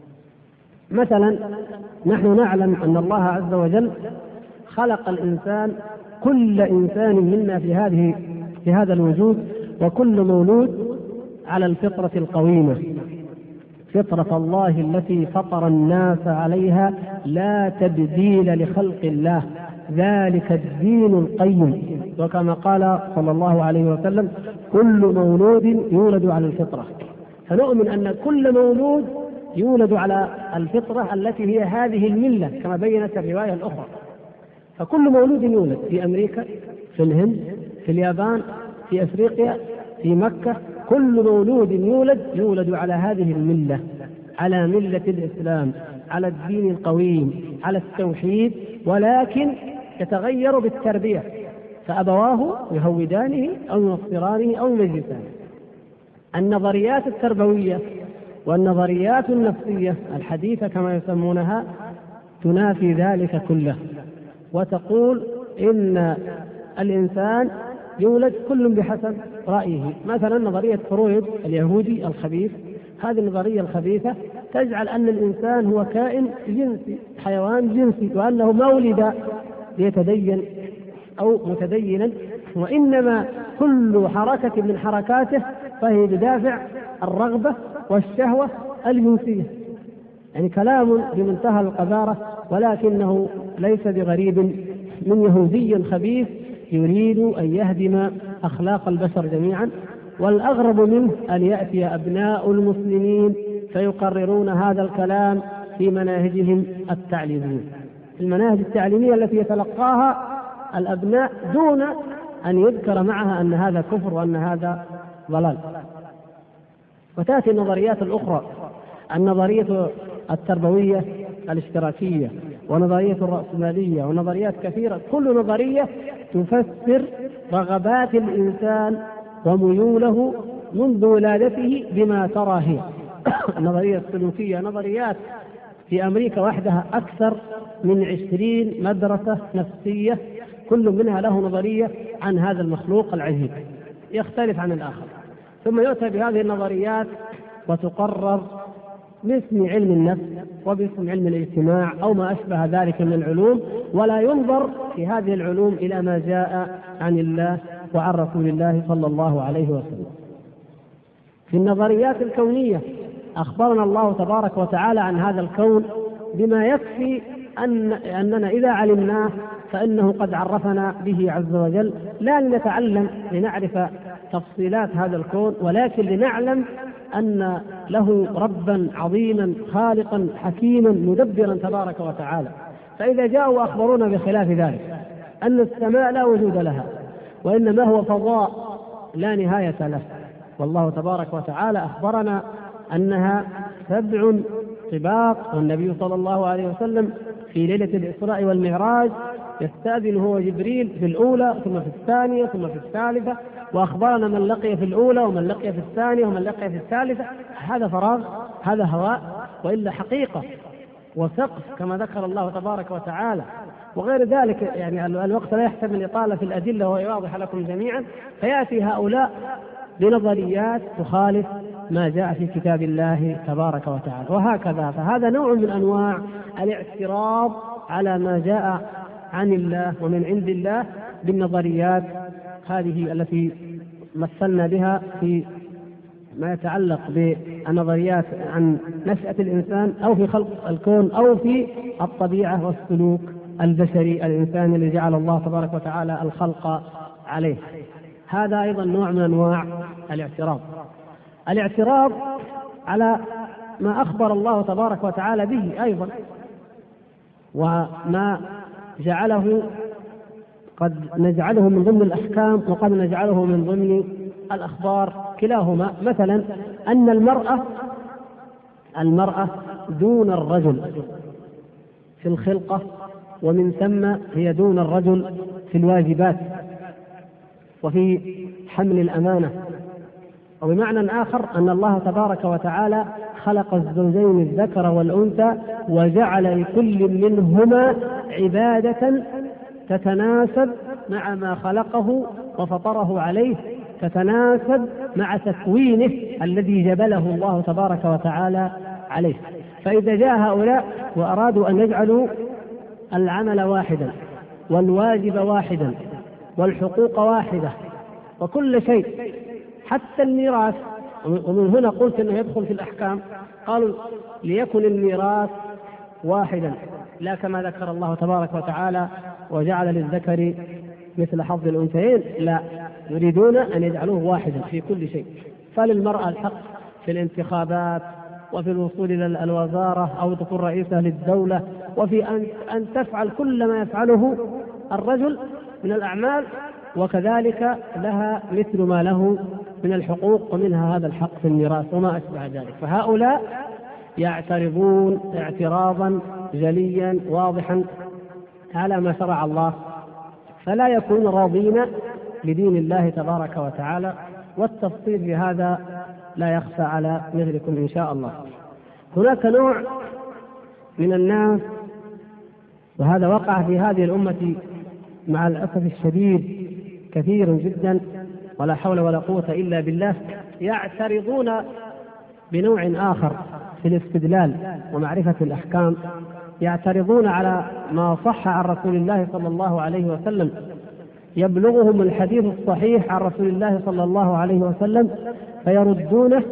مثلا نحن نعلم أن الله عز وجل خلق الإنسان، كل إنسان منا في هذا الوجود، وكل مولود على الفطرة القويمة، فطرة الله التي فطر الناس عليها لا تبديل لخلق الله، ذلك الدين القيم. وكما قال صلى الله عليه وسلم كل مولود يولد على الفطرة. فنؤمن أن كل مولود يولد على الفطرة التي هي هذه الملة كما بينت الرواية الأخرى. فكل مولود يولد في أمريكا، في الهند، في اليابان، في أفريقيا، في مكة، كل مولود يولد على هذه الملة، على ملة الإسلام، على الدين القويم، على التوحيد، ولكن يتغير بالتربية، فأبواه يهودانه أو ينصرانه أو يمجسانه. النظريات التربوية والنظريات النفسية الحديثة كما يسمونها تنافي ذلك كله، وتقول إن الإنسان يولد كل بحسب رأيه. مثلا نظرية فرويد اليهودي الخبيث، هذه النظرية الخبيثة تجعل أن الإنسان هو كائن جنسي، حيوان جنسي، وأنه ما ولد ليتدين أو متدينا، وإنما كل حركة من حركاته فهي بدافع الرغبة والشهوة الجنسية. يعني كلام بمنتهى القذارة، ولكنه ليس بغريب من يهودي خبيث يريد أن يهدم أخلاق البشر جميعا. والأغرب منه أن يأتي أبناء المسلمين فيقررون هذا الكلام في مناهجهم التعليمية، المناهج التعليمية التي يتلقاها الأبناء دون أن يذكر معها أن هذا كفر وأن هذا ضلال. وتأتي النظريات الأخرى، النظرية التربوية الاشتراكية، ونظرية الرأسمالية، ونظريات كثيرة، كل نظرية تفسر رغبات الإنسان وميوله منذ ولادته بما ترى هي. النظرية السلوكية نظريات في أمريكا وحدها أكثر من 20 مدرسة نفسية، كل منها له نظرية عن هذا المخلوق العجيب يختلف عن الآخر، ثم يؤتى بهذه النظريات وتقرر باسم علم النفس وباسم علم الاجتماع أو ما أشبه ذلك من العلوم، ولا ينظر في هذه العلوم إلى ما جاء عن الله وعن رسول الله صلى الله عليه وسلم. في النظريات الكونية أخبرنا الله تبارك وتعالى عن هذا الكون بما يكفي أننا إذا علمناه فإنه قد عرفنا به عز وجل، لا لنتعلم لنعرف تفصيلات هذا الكون، ولكن لنعلم أن له ربا عظيما خالقا حكيما مدبرا تبارك وتعالى. فإذا جاءوا وأخبرونا بخلاف ذلك أن السماء لا وجود لها وإنما هو فضاء لا نهاية له، والله تبارك وتعالى أخبرنا أنها 7 طباق، والنبي صلى الله عليه وسلم في ليلة الإسراء والمعراج يستأذن هو جبريل في الأولى ثم في الثانية ثم في الثالثة، وأخبرنا من لقي في الأولى ومن لقي في الثانية ومن لقي في الثالثة. هذا فراغ، هذا هواء، وإلا حقيقة وسقف كما ذكر الله تبارك وتعالى وغير ذلك. يعني الوقت لا يحتمل الإطالة في الأدلة وهي واضحة لكم جميعا، فيأتي هؤلاء بنظريات تخالف ما جاء في كتاب الله تبارك وتعالى وهكذا. فهذا نوع من أنواع الاعتراض على ما جاء عن الله ومن عند الله بالنظريات هذه التي مثلنا بها في ما يتعلق بالنظريات عن نشأة الإنسان أو في خلق الكون أو في الطبيعة والسلوك البشري الإنساني اللي جعل الله تبارك وتعالى الخلق عليه. هذا أيضا نوع من أنواع الاعتراض على ما أخبر الله تبارك وتعالى به أيضا، وما جعله قد نجعله من ضمن الأحكام وقد نجعله من ضمن الأخبار كلاهما. مثلا أن المرأة دون الرجل في الخلقة، ومن ثم هي دون الرجل في الواجبات وفي حمل الأمانة. وبمعنى آخر أن الله تبارك وتعالى خلق الزوجين الذكر والأنثى وجعل لكل منهما عبادة تتناسب مع ما خلقه وفطره عليه، تتناسب مع تكوينه الذي جبله الله تبارك وتعالى عليه. فإذا جاء هؤلاء وأرادوا أن يجعلوا العمل واحدا والواجب واحدا والحقوق واحدة وكل شيء حتى الميراث، ومن هنا قلت أنه يدخل في الأحكام، قالوا ليكن الميراث واحدا لا كما ذكر الله تبارك وتعالى وجعل للذكر مثل حظ الأنثيين، لا، يريدون أن يجعلوه واحدا في كل شيء. فللمرأة الحق في الانتخابات وفي الوصول إلى الوزارة أو تكون رئيسة للدولة، وفي أن تفعل كل ما يفعله الرجل من الأعمال، وكذلك لها مثل ما له من الحقوق، ومنها هذا الحق في الميراث وما أشبه ذلك. فهؤلاء يعترضون اعتراضا جليا واضحا على ما شرع الله، فلا يكون راضين بدين الله تبارك وتعالى، والتفصيل بهذا لا يخفى على مثلكم إن شاء الله. هناك نوع من الناس، وهذا وقع في هذه الأمة مع الأسف الشديد كثير جدا ولا حول ولا قوة إلا بالله، يعترضون بنوع آخر في الاستدلال ومعرفة الأحكام، يعترضون على ما صح عن رسول الله صلى الله عليه وسلم، يبلغهم الحديث الصحيح عن رسول الله صلى الله عليه وسلم فيردونه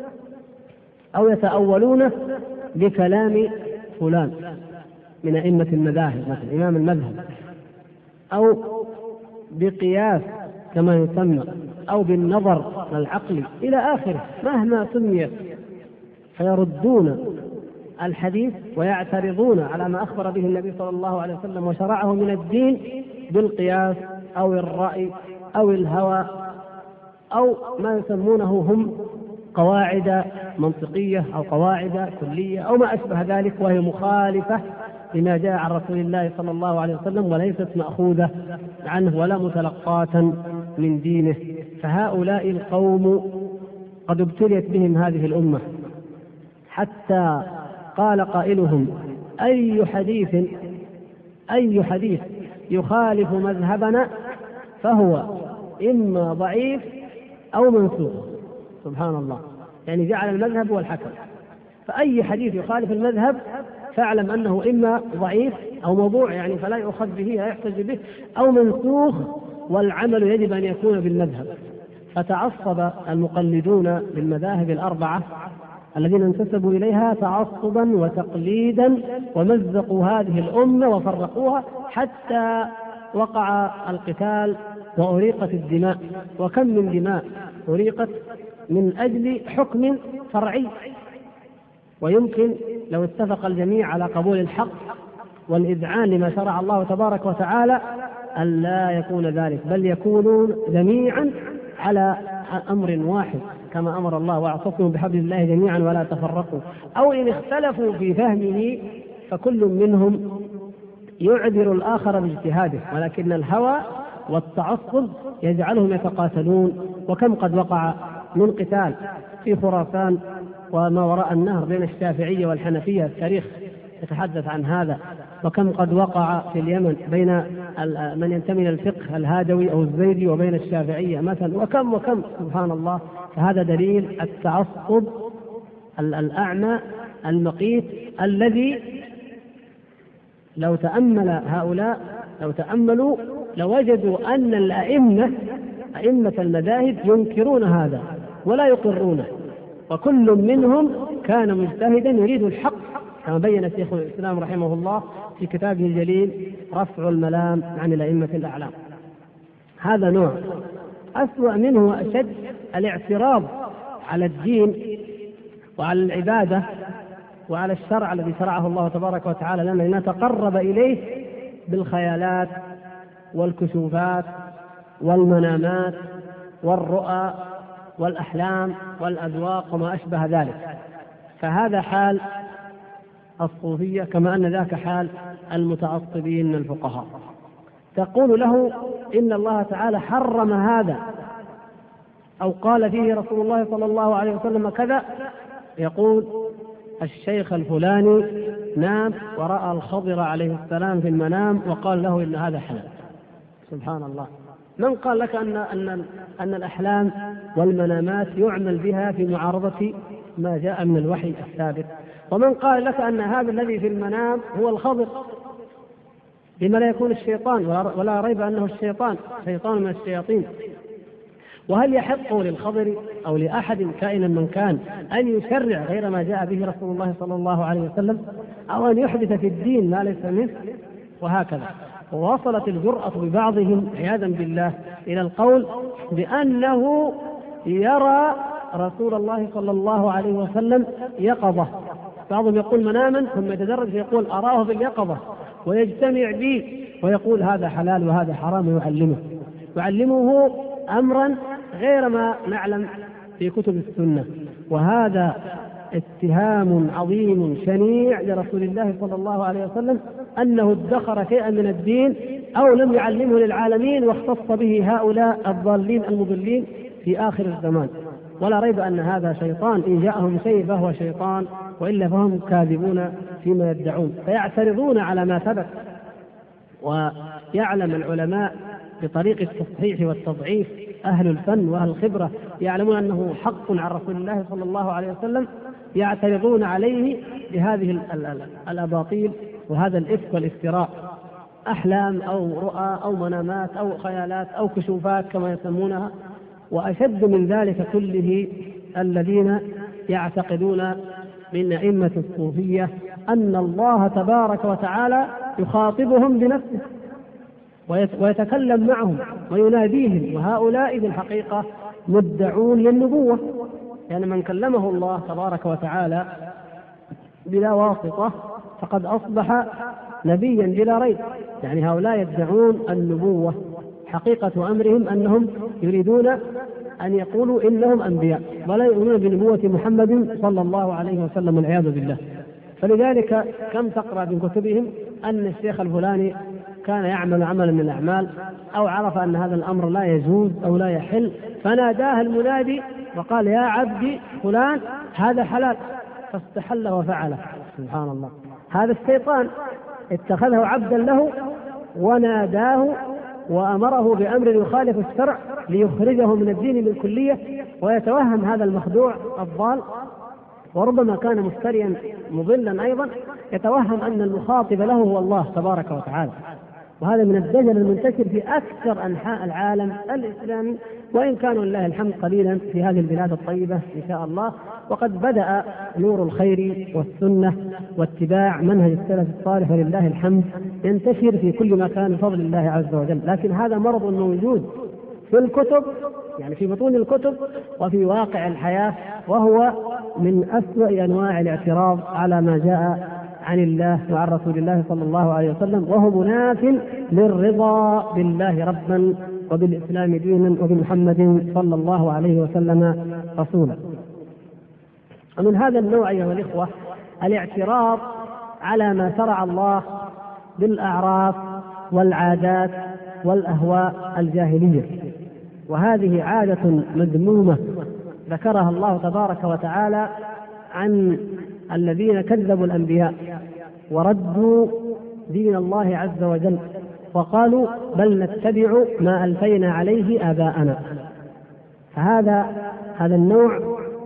أو يتأولونه بكلام فلان من أئمة المذاهب مثل إمام المذهب، أو بقياس كما يسمى، أو بالنظر العقلي إلى آخره مهما سميت، فيردون الحديث ويعترضون على ما أخبر به النبي صلى الله عليه وسلم وشرعه من الدين بالقياس أو الرأي أو الهوى أو ما يسمونه هم قواعد منطقية أو قواعد كلية أو ما أشبه ذلك، وهي مخالفة لما جاء عن رسول الله صلى الله عليه وسلم وليست مأخوذة عنه ولا متلقاة من دينه. فهؤلاء القوم قد ابتليت بهم هذه الأمة، حتى قال قائلهم: أي حديث يخالف مذهبنا فهو إما ضعيف أو منسوخ. سبحان الله، يعني جعل المذهب هو الحكم، فأي حديث يخالف المذهب فاعلم أنه إما ضعيف أو موضوع، يعني فلا يؤخذ به لا يحتج به، أو منسوخ والعمل يجب أن يكون بالمذهب. فتعصب المقلدون للمذاهب الأربعة الذين انتسبوا إليها تعصبا وتقليدا، ومزقوا هذه الأمة وفرقوها حتى وقع القتال وأريقت الدماء. وكم من دماء أريقت من أجل حكم فرعي. ويمكن لو اتفق الجميع على قبول الحق والإذعان لما شرع الله تبارك وتعالى أن لا يكون ذلك، بل يكونون جميعا على أمر واحد كما أمر الله: واعتصموا بحبل الله جميعا ولا تفرقوا. أو إن اختلفوا في فهمه فكل منهم يعذر الآخر باجتهاده، ولكن الهوى والتعصب يجعلهم يتقاتلون. وكم قد وقع من قتال في خراسان وما وراء النهر بين الشافعية والحنفية، التاريخ يتحدث عن هذا. وكم قد وقع في اليمن بين من ينتمي إلى الفقه الهادوي أو الزيدي وبين الشافعية مثلا، وكم سبحان الله. فهذا دليل التعصب الأعمى المقيت، الذي لو تأمل هؤلاء لو لوجدوا أن أئمة المذاهب ينكرون هذا ولا يقرونه، وكل منهم كان مجتهدا يريد الحق، كما بين شيخ الإسلام رحمه الله في كتابه الجليل رفع الملام عن الأئمة الأعلام. هذا نوع. أسوأ منه وأشد الاعتراض على الدين وعلى العبادة وعلى الشرع الذي شرعه الله تبارك وتعالى لنا لنتقرب إليه بالخيالات والكشوفات والمنامات والرؤى والأحلام والأذواق وما أشبه ذلك. فهذا حال الصوفية، كما أن ذاك حال المتعصبين من الفقهاء. تقول له إن الله تعالى حرم هذا، أو قال فيه رسول الله صلى الله عليه وسلم كذا، يقول الشيخ الفلاني نام ورأى الخضر عليه السلام في المنام وقال له إن هذا حلال. سبحان الله. من قال لك أن الأحلام والمنامات يعمل بها في معارضة ما جاء من الوحي الثابت؟ ومن قال لك أن هذا الذي في المنام هو الخضر؟ لما لا يكون الشيطان؟ ولا ريب أنه الشيطان من الشياطين. وهل يحق للخضر أو لأحد كائنا من كان أن يشرع غير ما جاء به رسول الله صلى الله عليه وسلم، أو أن يحدث في الدين ما ليس منه؟ وهكذا. ووصلت الجرأة ببعضهم عياذا بالله إلى القول بأنه يرى رسول الله صلى الله عليه وسلم يقظة. بعضهم يقول مناما ثم يتدرج فيقول أراه في اليقظة ويجتمع به ويقول هذا حلال وهذا حرام، ويعلمه أمرا غير ما نعلم في كتب السنة. وهذا اتهام عظيم شنيع لرسول الله صلى الله عليه وسلم أنه ادخر شيئا من الدين أو لم يعلمه للعالمين، واختص به هؤلاء الضالين المضلين في آخر الزمان. ولا ريب أن هذا شيطان، إن جاءهم شيء فهو شيطان، وإلا فهم كاذبون فيما يدعون. فيعترضون على ما ثبت. ويعلم العلماء بطريق التصحيح والتضعيف، أهل الفن وأهل الخبرة يعلمون أنه حق عن رسول الله صلى الله عليه وسلم، يعترضون عليه بهذه الأباطيل وهذا الإفك والافتراء، أحلام أو رؤى أو منامات أو خيالات أو كشوفات كما يسمونها. وأشد من ذلك كله الذين يعتقدون من أئمة الصوفية أن الله تبارك وتعالى يخاطبهم بنفسه ويتكلم معهم ويناديهم، وهؤلاء في الحقيقة مدعون للنبوة، يعني من كلمه الله تبارك وتعالى بلا واسطة فقد أصبح نبيا بلا ريب. يعني هؤلاء يدعون النبوة، حقيقة أمرهم أنهم يريدون أن يقولوا إنهم أنبياء ولا يؤمنون بنبوة محمد صلى الله عليه وسلم والعياذ بالله. فلذلك كم تقرأ من كتبهم أن الشيخ الفلاني كان يعمل عملا من الأعمال أو عرف أن هذا الأمر لا يجوز أو لا يحل، فناداه المنادي وقال يا عبدي فلان هذا حلال، فاستحل وفعله. سبحان الله، هذا الشيطان اتخذه عبدا له وناداه وأمره بأمر يخالف الشرع ليخرجه من الدين بالكلية، ويتوهم هذا المخدوع الضال، وربما كان مفتريا مضلا أيضا، يتوهم أن المخاطب له هو الله تبارك وتعالى. وهذا من الدجل المنتشر في أكثر أنحاء العالم الإسلامي، وإن كانوا لله الحمد قليلا في هذه البلاد الطيبة إن شاء الله. وقد بدأ نور الخير والسنة واتباع منهج السلف الصالح ولله الحمد ينتشر في كل مكان بفضل الله عز وجل، لكن هذا مرض موجود في الكتب، يعني في بطون الكتب وفي واقع الحياة، وهو من أسوأ أنواع الاعتراض على ما جاء عن الله وعن رسول الله صلى الله عليه وسلم، وهو مناف للرضا بالله ربا وبالإسلام دينا وبمحمد صلى الله عليه وسلم رسولا. ومن هذا النوع أيها الإخوة الاعتراض على ما شرع الله بالأعراف والعادات والأهواء الجاهلية، وهذه عادة مذمومة ذكرها الله تبارك وتعالى عن الذين كذبوا الأنبياء وردوا دين الله عز وجل وقالوا بل نتبع ما ألفينا عليه آباءنا. فهذا النوع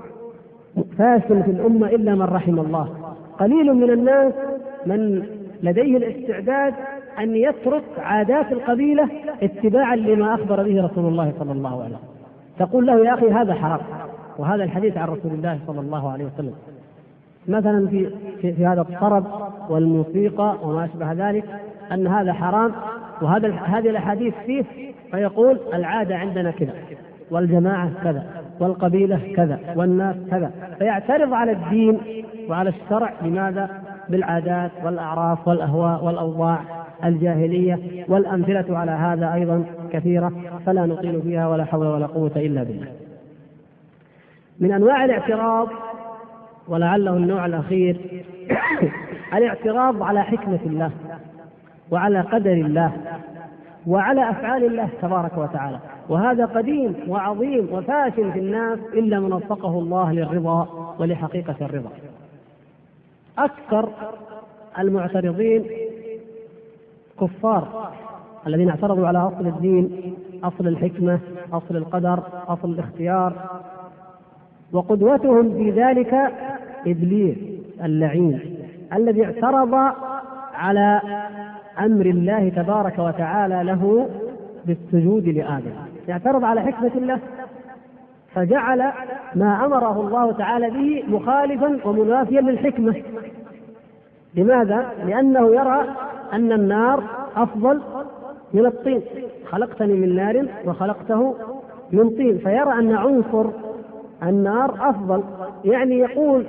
فاشل في الأمة إلا من رحم الله. قليل من الناس من لديه الاستعداد أن يترك عادات القبيلة اتباعا لما أخبر به رسول الله صلى الله عليه وسلم. تقول له يا أخي هذا حرام، وهذا الحديث عن رسول الله صلى الله عليه وسلم، مثلا في هذا الطرب والموسيقى وما أشبه ذلك أن هذا حرام، هذه الأحاديث فيه، فيقول العادة عندنا كذا والجماعة كذا والقبيلة كذا والناس كذا، فيعترض على الدين وعلى الشرع. لماذا؟ بالعادات والأعراف والأهواء والأوضاع الجاهلية، والأمثلة على هذا أيضا كثيرة فلا نطيل فيها ولا حول ولا قوة إلا بالله. من أنواع الاعتراض ولعله النوع الأخير الاعتراض على حكمة الله وعلى قدر الله وعلى أفعال الله تبارك وتعالى، وهذا قديم وعظيم وفاشل في الناس إلا من وفقه الله للرضا ولحقيقة الرضا. أكثر المعترضين كفار الذين اعترضوا على أصل الدين، أصل الحكمة، أصل القدر، أصل الاختيار، وقدوتهم في ذلك إبليس اللعين الذي اعترض على أمر الله تبارك وتعالى له بالسجود لآدم، يعترض على حكمة الله فجعل ما أمره الله تعالى به مخالفا ومنافيا للحكمة. لماذا؟ لأنه يرى أن النار أفضل من الطين، خلقتني من نار وخلقته من طين، فيرى أن عنصر النار أفضل، يعني يقول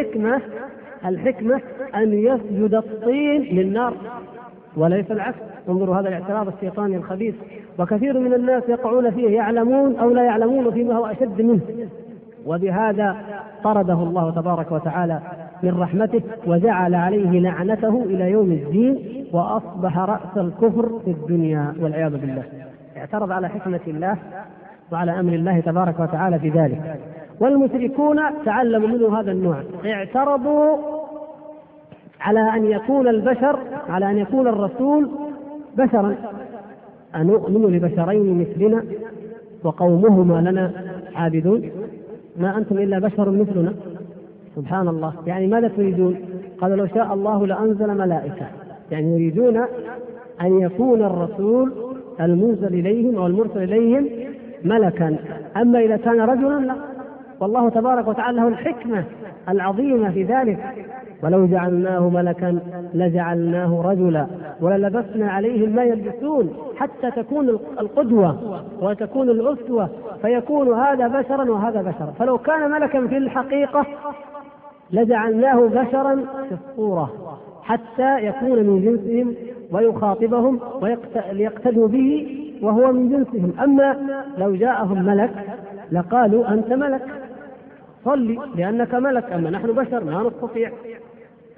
الحكمة أن يسجد الطين للنار وليس العكس. انظروا هذا الاعتراض الشيطاني الخبيث، وكثير من الناس يقعون فيه يعلمون أو لا يعلمون فيما هو أشد منه، وبهذا طرده الله تبارك وتعالى من رحمته وجعل عليه لعنته إلى يوم الدين، وأصبح رأس الكفر في الدنيا والعياذ بالله. اعترض على حكمة الله وعلى أمر الله تبارك وتعالى في ذلك. والمشركون تعلموا منه هذا النوع، اعترضوا على أن يكون البشر، على أن يكون الرسول بشرا، أنؤمن لبشرين مثلنا وقومهما لنا عابدون ما أنتم إلا بشر مثلنا. سبحان الله، يعني ماذا تريدون؟ قالوا لو شاء الله لأنزل ملائكة، يعني يريدون أن يكون الرسول المنزل إليهم أو المرسل إليهم ملكا، أما إذا كان رجلا لا. والله تبارك وتعالى له الحكمة العظيمة في ذلك، ولو جعلناه ملكا لجعلناه رجلا وللبسنا عليهم ما يلبسون، حتى تكون القدوة وتكون الأسوة، فيكون هذا بشرا وهذا بشرا. فلو كان ملكا في الحقيقة لجعلناه بشرا في الصورة حتى يكون من جنسهم ويخاطبهم ليقتدوا به وهو من جنسهم. أما لو جاءهم ملك لقالوا أنت ملك صلي لأنك ملك، أما نحن بشر لا نستطيع.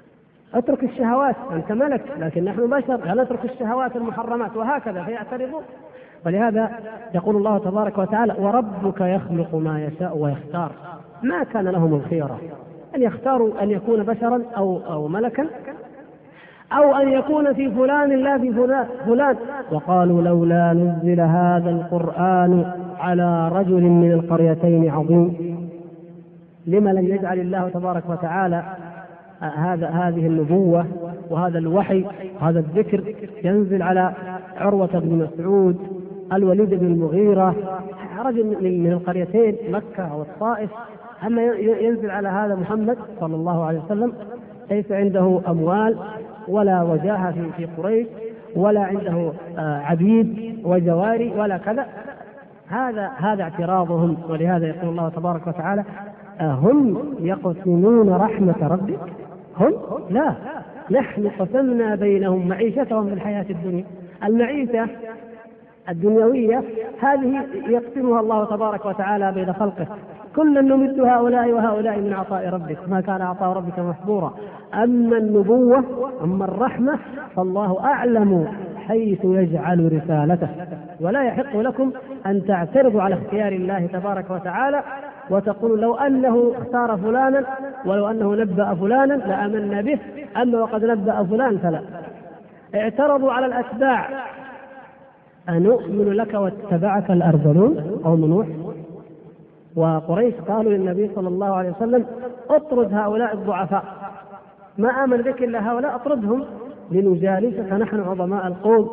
اترك الشهوات، أنت ملك لكن نحن بشر، لا نترك الشهوات المحرمات، وهكذا فيعترضون. ولهذا يقول الله تبارك وتعالى: وربك يخلق ما يشاء ويختار. ما كان لهم الخيرة أن يختاروا أن يكون بشرا أو ملكا، أو أن يكون في فلان لا في فلان. وقالوا لولا نزل هذا القرآن على رجل من القريتين عظيم. لما لم يجعل الله تبارك وتعالى هذه النبوة وهذا الوحي وهذا الذكر ينزل على عروة بن مسعود، الوليد بن المغيرة، رجل من القريتين مكة والطائف، أما ينزل على هذا محمد صلى الله عليه وسلم ليس عنده أموال ولا وجاهة في قريش، ولا عنده عبيد وجواري ولا كذا. هذا اعتراضهم. ولهذا يقول الله تبارك وتعالى: هم يقسمون رحمة ربك؟ هم لا، نحن قسمنا بينهم معيشتهم في الحياة الدنيا. المعيشة الدنيوية هذه يقسمها الله تبارك وتعالى بين خلقه، كلا نمد هؤلاء وهؤلاء من عطاء ربك، ما كان عطاء ربك محظورا. أما النبوة، أما الرحمة، فالله أعلم حيث يجعل رسالته، ولا يحق لكم أن تعترضوا على اختيار الله تبارك وتعالى وتقولوا لو أنه اختار فلانا ولو أنه نبأ فلانا لآمنا به، أما وقد نبأ فلان فلا. اعترضوا على الأتباع: أنؤمن لك واتبعك الأرذلون، قوم نوح وقريش قالوا للنبي صلى الله عليه وسلم: اطرد هؤلاء الضعفاء، ما آمن بك إلا هؤلاء، اطردهم لنجالسك نحن عظماء القوم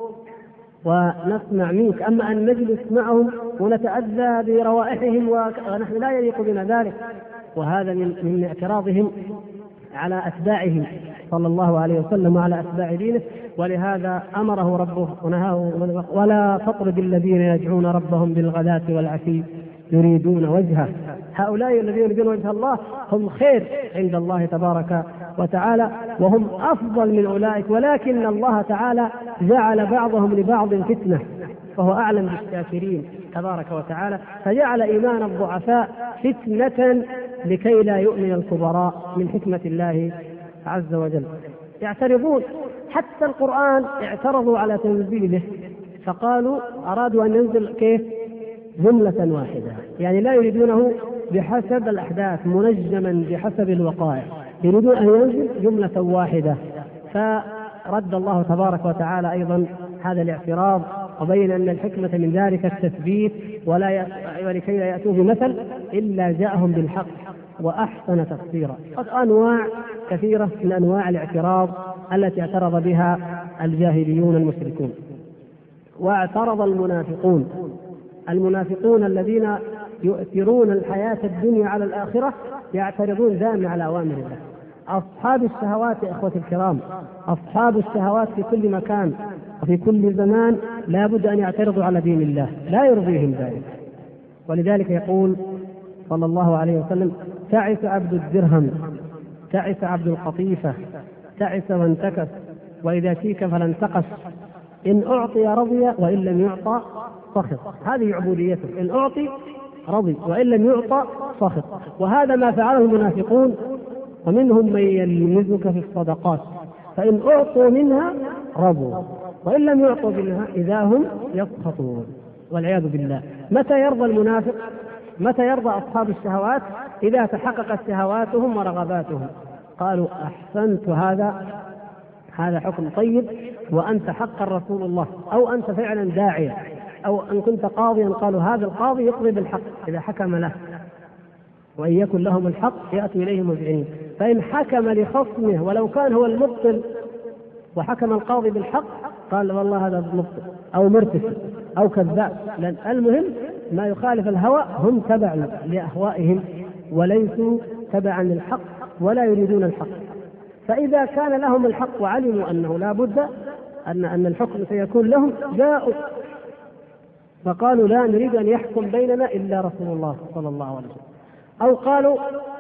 ونسمع منك، أما أن نجلس معهم ونتأذى بروائحهم ونحن لا يليق بنا ذلك. وهذا من اعتراضهم على أتباعه صلى الله عليه وسلم وعلى أتباع دينه. ولهذا أمره ربه ونهاه: ولا تطرد الذين يدعون ربهم بالغداة والعشي يريدون وجهه. هؤلاء الذين يريدون وجه الله هم خير عند الله تبارك وتعالى، وهم أفضل من أولئك، ولكن الله تعالى جعل بعضهم لبعض فتنة، فهو أعلم بالشاكرين تبارك وتعالى، فجعل إيمان الضعفاء فتنة لكي لا يؤمن الكبراء من حكمة الله عز وجل. يعترضون، حتى القرآن اعترضوا على تنزيله، فقالوا أرادوا أن ينزل كيف؟ جملة واحدة، يعني لا يريدونه بحسب الأحداث منجما بحسب الوقائع، يريدون أن ينزل جملة واحدة. فرد الله تبارك وتعالى أيضا هذا الاعتراض، وبين أن الحكمة من ذلك التثبيت، ولكي لا يأتوا بمثل إلا جاءهم بالحق وأحسن تفسيرا. أنواع كثيرة من أنواع الاعتراض التي اعترض بها الجاهليون المشركون. واعترض المنافقون الذين يؤثرون الحياة الدنيا على الآخرة، يعترضون دائما على أوامر الله. أصحاب الشهوات يا إخوتي الكرام، أصحاب الشهوات في كل مكان وفي كل زمان لا بد أن يعترضوا على دين الله، لا يرضيهم ذلك. ولذلك يقول صلى الله عليه وسلم: تعس عبد الدرهم، تعس عبد القطيفة، تعس وانتكس، وإذا شيك فلا انتقص، إن أعطي رضي وإن لم يعطى سخط. هذه عبوديته، إن أعطي رضي وإن لم يعطى سخط. وهذا ما فعله المنافقون، ومنهم من يلمزك في الصدقات فإن أعطوا منها رضوا وإن لم يعطوا منها إذا هم يسخطون، والعياذ بالله. متى يرضى المنافق؟ متى يرضى أصحاب الشهوات؟ إذا تحققت شهواتهم ورغباتهم. قالوا: أحسنت، هذا حكم طيب، وأنت حقا رسول الله، أو أنت فعلا داعية، أو أن كنت قاضيا. قالوا: هذا القاضي يقضي بالحق إذا حكم له، وإن يكن لهم الحق يأتوا إليه مذعنين. فإن حكم لخصمه ولو كان هو المبطل وحكم القاضي بالحق، قال: والله هذا مبطل أو مرتشي أو كذاب. لأن المهم ما يخالف الهوى، هم تبع لأهوائهم وليسوا تبعا للحق ولا يريدون الحق. فإذا كان لهم الحق وعلموا أنه لا بد أن الحكم سيكون لهم، جاءوا فقالوا: لا نريد أن يحكم بيننا إلا رسول الله صلى الله عليه وسلم. أو قالوا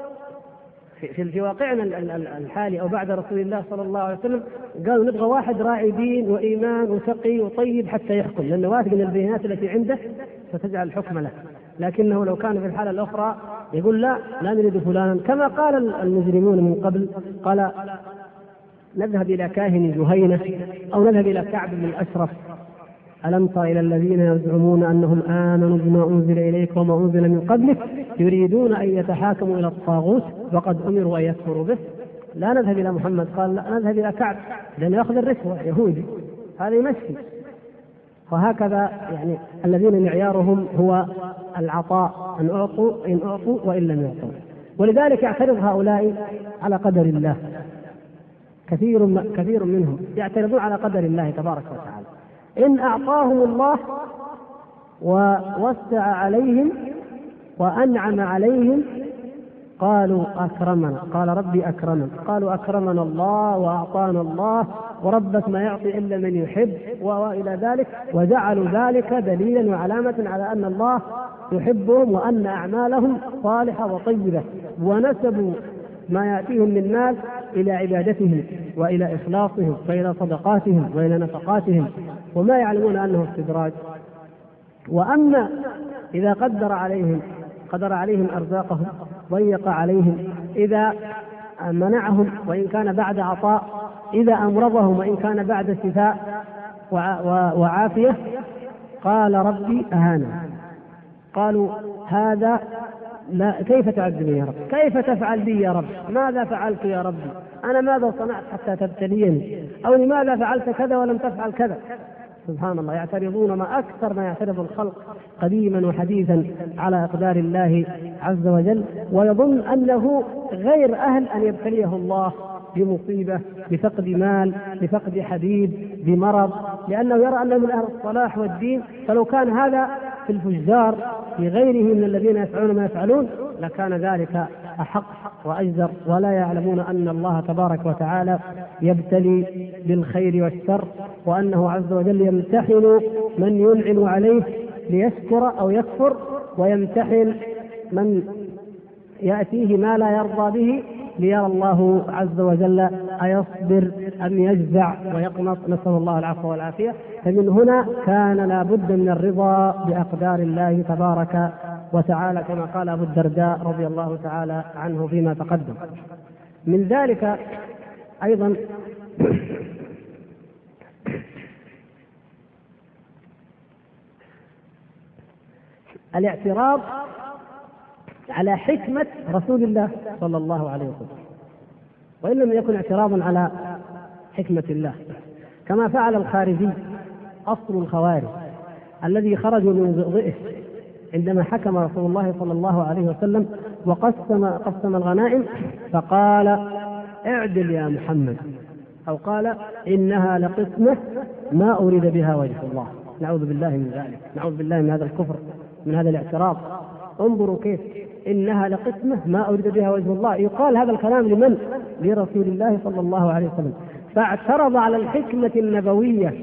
في واقعنا الحالي أو بعد رسول الله صلى الله عليه وسلم، قالوا: نبغى واحد راعي دين وإيمان وتقي وطيب حتى يحكم، لأنه واثق من البينات التي عنده فتجعل الحكم له. لكنه لو كان في الحالة الأخرى يقول: لا نريد فلانا، كما قال المجرمون من قبل. قال نذهب إلى كاهن جهينة أو نذهب إلى كعب بن الأشرف: ألم تر إلى الذين يزعمون أنهم آمنوا بما أنزل إليك وما أنزل من قبلك يريدون أن يتحاكموا إلى الطاغوت وقد أمروا أن يكفروا به. لا نذهب إلى محمد، قال لا نذهب إلى كعب لأنه يأخذ الرشوة، يهودي، هذا يمشي. وهكذا يعني الذين معيارهم هو العطاء، إن أعطوا وإن لم يعطوا. ولذلك يعترض هؤلاء على قدر الله، كثير منهم يعترضون على قدر الله تبارك وتعالى. إن أعطاهم الله ووسع عليهم وأنعم عليهم قالوا أكرمنا، قال ربي أكرمن، قالوا أكرمنا الله وأعطانا الله وربك ما يعطي إلا من يحب وإلى ذلك، وجعلوا ذلك دليلا وعلامة على أن الله يحبهم وأن أعمالهم صالحة وطيبة، ونسبوا ما يأتيهم من مال إلى عبادتهم وإلى إخلاصهم وإلى صدقاتهم وإلى نفقاتهم، وما يعلمون أنه استدراج. وأما إذا قدر عليهم أرزاقهم، ضيق عليهم، إذا منعهم وإن كان بعد عطاء، إذا أمرضهم وإن كان بعد شفاء وعافية، قال ربي أهانا. قالوا هذا لا، كيف تعذبني يا رب؟ كيف تفعل بي يا رب؟ ماذا فعلت يا ربي؟ أنا ماذا صنعت حتى تبتليني؟ أو لماذا فعلت كذا ولم تفعل كذا؟ سبحان الله، يعترضون ما أكثر ما يعترض الخلق قديما وحديثا على أقدار الله عز وجل، ويظن أنه غير أهل أن يبتليه الله بمصيبة، بفقد مال، بفقد حبيب، بمرض، لأنه يرى أنه من أهل الصلاح والدين. فلو كان هذا في الفجار في غيره من الذين يفعلون ما يفعلون لكان ذلك أحق وأجدر، ولا يعلمون أن الله تبارك وتعالى يبتلي بالخير والشر، وأنه عز وجل يمتحن من ينعم عليه ليشكر أو يكفر، ويمتحن من يأتيه ما لا يرضى به ليرى الله عز وجل أيصبر أم يجزع ويقنط، نسأل الله العفو والعافية. فمن هنا كان لا بد من الرضا بأقدار الله تبارك وتعالى، كما قال أبو الدرداء رضي الله تعالى عنه فيما تقدم. من ذلك أيضا الاعتراض على حكمة رسول الله صلى الله عليه وسلم، وإن لم يكن اعتراضا على حكمة الله، كما فعل الخارجي أصل الخوارج الذي خرجوا من ضئضئه عندما حكم رسول الله صلى الله عليه وسلم وقسم الغنائم، فقال اعدل يا محمد، أو قال إنها لقسمة ما أريد بها وجه الله. نعوذ بالله من ذلك، نعوذ بالله من هذا الكفر، من هذا الاعتراض. انظروا كيف إنها لقسمة ما أريد بها وجه الله. يقال هذا الكلام لمن؟ لرسول الله صلى الله عليه وسلم. فاعترض على الحكمة النبوية،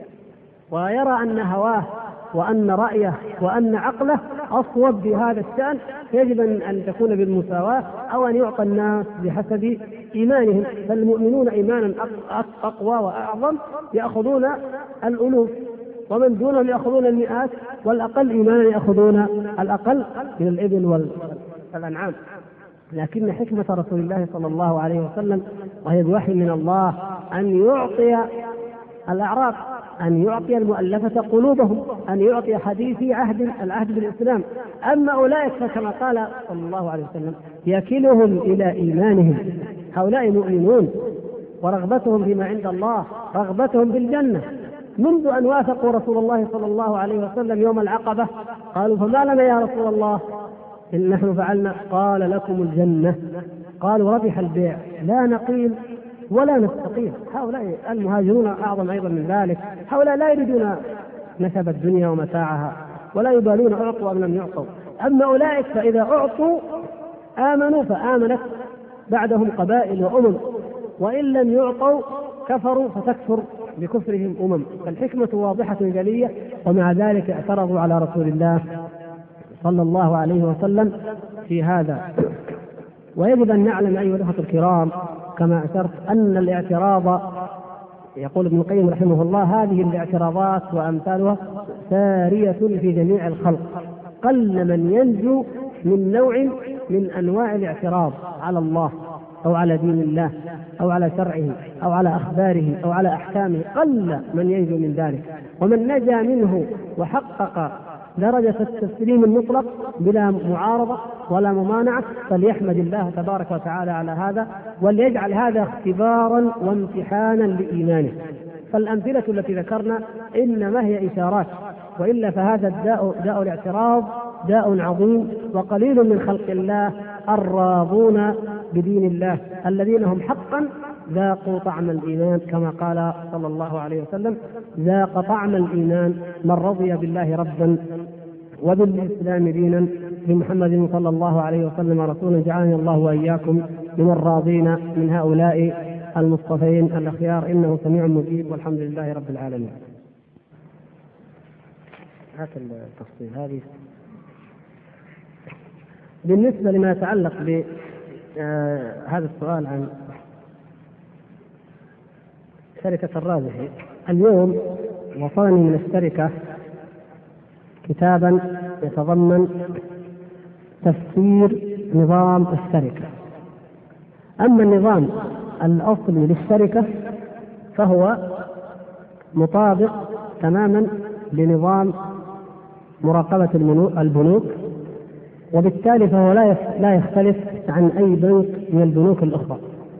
ويرى أن هواه وأن رأيه وأن عقله أصوب بهذا الشأن، يجب أن تكون بالمساواة، أو أن يعطى الناس بحسب إيمانهم. فالمؤمنون إيمانا أقوى وأعظم يأخذون الألوف، ومن دونهم يأخذون المئات، والأقل إيمانا يأخذون الأقل من الإبل والأنعام. لكن حكمة رسول الله صلى الله عليه وسلم، وهي بوحي من الله، أن يعطي الأعراب، أن يعطي المؤلفة قلوبهم، أن يعطي حديثي العهد بالإسلام. أما أولئك فكما قال صلى الله عليه وسلم يكلهم إلى إيمانهم، هؤلاء مؤمنون، ورغبتهم فيما عند الله، رغبتهم بالجنة، منذ أن وافقوا رسول الله صلى الله عليه وسلم يوم العقبة. قالوا فما لنا يا رسول الله إن نحن فعلنا؟ قال لكم الجنة. قالوا ربح البيع، لا نقيل ولا نستقيم. هؤلاء المهاجرون أعظم أيضا من ذلك، هؤلاء لا يريدون نسب الدنيا ومتاعها، ولا يبالون أعطوا أم لم يعطوا. أما أولئك فإذا أعطوا آمنوا، فآمنت بعدهم قبائل وأمم، وإن لم يعطوا كفروا فتكفر بكفرهم أمم. فالحكمة واضحة جلية، ومع ذلك اعترضوا على رسول الله صلى الله عليه وسلم في هذا. ويجب أن نعلم أيها الأخوة الكرام كما أشرت أن الاعتراض، يقول ابن القيم رحمه الله، هذه الاعتراضات وأمثالها سارية في جميع الخلق، قل من ينجو من نوع من أنواع الاعتراض على الله أو على دين الله أو على شرعه أو على أخباره أو على أحكامه، قل من ينجو من ذلك. ومن نجا منه وحقق درجة التسليم المطلق بلا معارضة ولا ممانعة فليحمد الله تبارك وتعالى على هذا، وليجعل هذا اختبارا وامتحانا لإيمانه. فالأمثلة التي ذكرنا إنما هي إشارات، وإلا فهذا الداء داء الاعتراض داء عظيم، وقليل من خلق الله الراضون بدين الله الذين هم حقا ذاقوا طعم الإيمان، كما قال صلى الله عليه وسلم: ذاق طعم الإيمان من رضي بالله ربا وبالإسلام دينا بمحمد صلى الله عليه وسلم رسولا. جعلني الله وإياكم من الراضين من هؤلاء المصطفين الأخيار، إنه سميع مجيب، والحمد لله رب العالمين. هات التفصيل هذه. بالنسبة لما يتعلق بهذا السؤال عن شركة الرابحي، اليوم وصلني من الشركة كتابا يتضمن تفسير نظام الشركة. أما النظام الأصلي للشركة فهو مطابق تماما لنظام مراقبة البنوك، وبالتالي فهو لا يختلف عن أي بنك من البنوك الأخرى،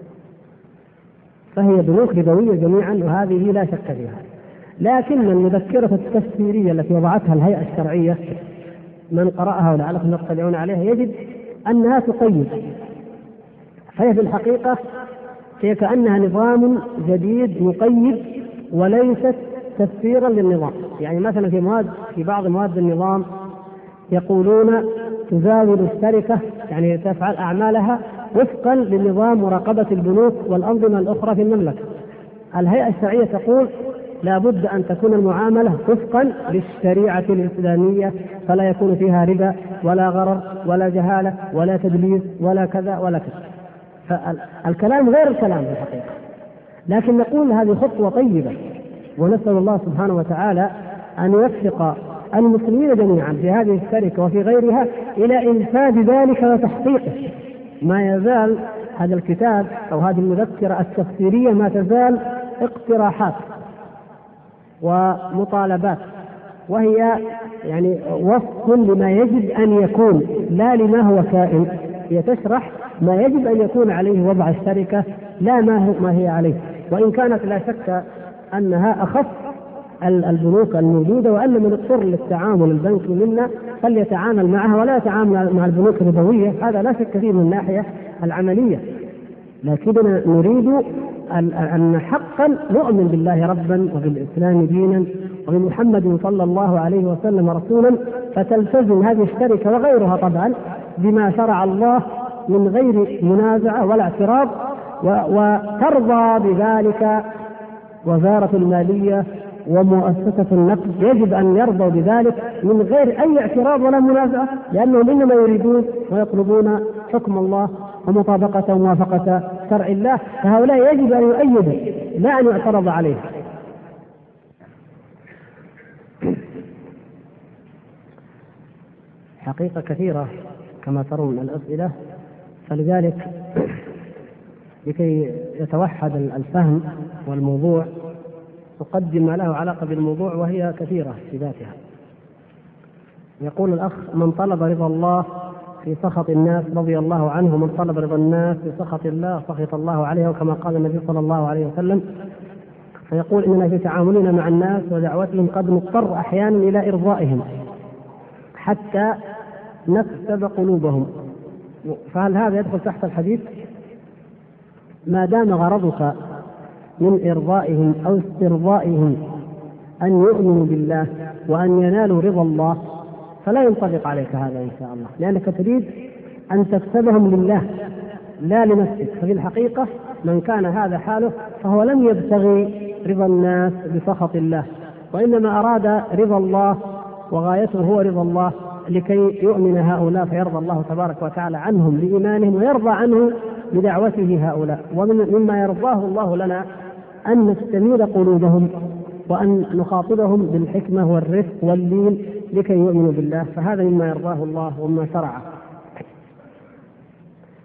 فهي بنوك ربوية جميعا، وهذه لا شك فيها. لكن المذكرة التفسيرية التي وضعتها الهيئة الشرعية من قرأها ولعلكم تطلعون عليها يجد أنها تقيد، فهي في الحقيقة هي كأنها نظام جديد مقيد وليست تفسيرا للنظام. يعني مثلا في بعض مواد النظام يقولون تزاول الشركة، يعني تفعل أعمالها وفقا لنظام مراقبة البنوك والأنظمة الأخرى في المملكة. الهيئة الشرعية تقول لا بد أن تكون المعاملة وفقا للشريعة الإسلامية، فلا يكون فيها ربا ولا غرر ولا جهالة ولا تدليس ولا كذا ولا كذا. فالكلام غير الكلام في الحقيقة، لكن نقول هذه خطوة طيبة، ونسأل الله سبحانه وتعالى أن يوفق المسلمين جميعا في هذه الشركة وفي غيرها إلى إنفاذ ذلك وتحقيقه. ما يزال هذا الكتاب أو هذه المذكرة التفسيرية ما تزال اقتراحات ومطالبات، وهي يعني وصف لما يجب أن يكون لا لما هو كائن. هي تشرح ما يجب أن يكون عليه وضع الشركة لا ما هي عليه، وإن كانت لا شك أنها أخف البنوك الموجودة، وأن من اضطر للتعامل البنكي منا فليتعامل معها ولا يتعامل مع البنوك الربوية، هذا لا شك فيه من الناحية العملية. لكننا نريد أن حقا نؤمن بالله ربا وبالإسلام دينا وبمحمد صلى الله عليه وسلم رسولا، فتلتزم هذه الشركة وغيرها طبعا بما شرع الله من غير منازعة ولا اعتراض، وترضى بذلك وزارة المالية ومؤسسة النقد، يجب أن يرضوا بذلك من غير أي اعتراض ولا منازعة، لأنهم إنما يريدون ويطلبون حكم الله ومطابقة وموافقة شرع الله، فهؤلاء يجب أن يؤيدوا لا أن يعترض عليه. حقيقة كثيرة كما ترون الأسئلة، فلذلك لكي يتوحد الفهم والموضوع تقدم ما له علاقة بالموضوع وهي كثيرة في ذاتها. يقول الأخ: من طلب رضا الله في سخط الناس رضي الله عنه، من طلب رضا الناس في سخط الله سخط الله عليه، وكما قال النبي صلى الله عليه وسلم. فيقول إننا في تعاملنا مع الناس ودعوتهم قد نضطر أحيانا إلى إرضائهم حتى نكسب قلوبهم، فهل هذا يدخل تحت الحديث؟ ما دام غرضك من إرضائهم أو استرضائهم أن يؤمنوا بالله وأن ينالوا رضا الله فلا ينطبق عليك هذا إن شاء الله، لأنك تريد أن تكسبهم لله لا لنفسك. ففي الحقيقة من كان هذا حاله فهو لم يبتغي رضا الناس بسخط الله، وإنما أراد رضا الله، وغايته هو رضا الله لكي يؤمن هؤلاء فيرضى الله تبارك وتعالى عنهم لإيمانهم ويرضى عنه بدعوته هؤلاء. ومما يرضاه الله لنا أن نستميل قلوبهم وأن نخاطبهم بالحكمة والرفق واللين لكي يؤمنوا بالله، فهذا مما يرضاه الله ومما شرعه.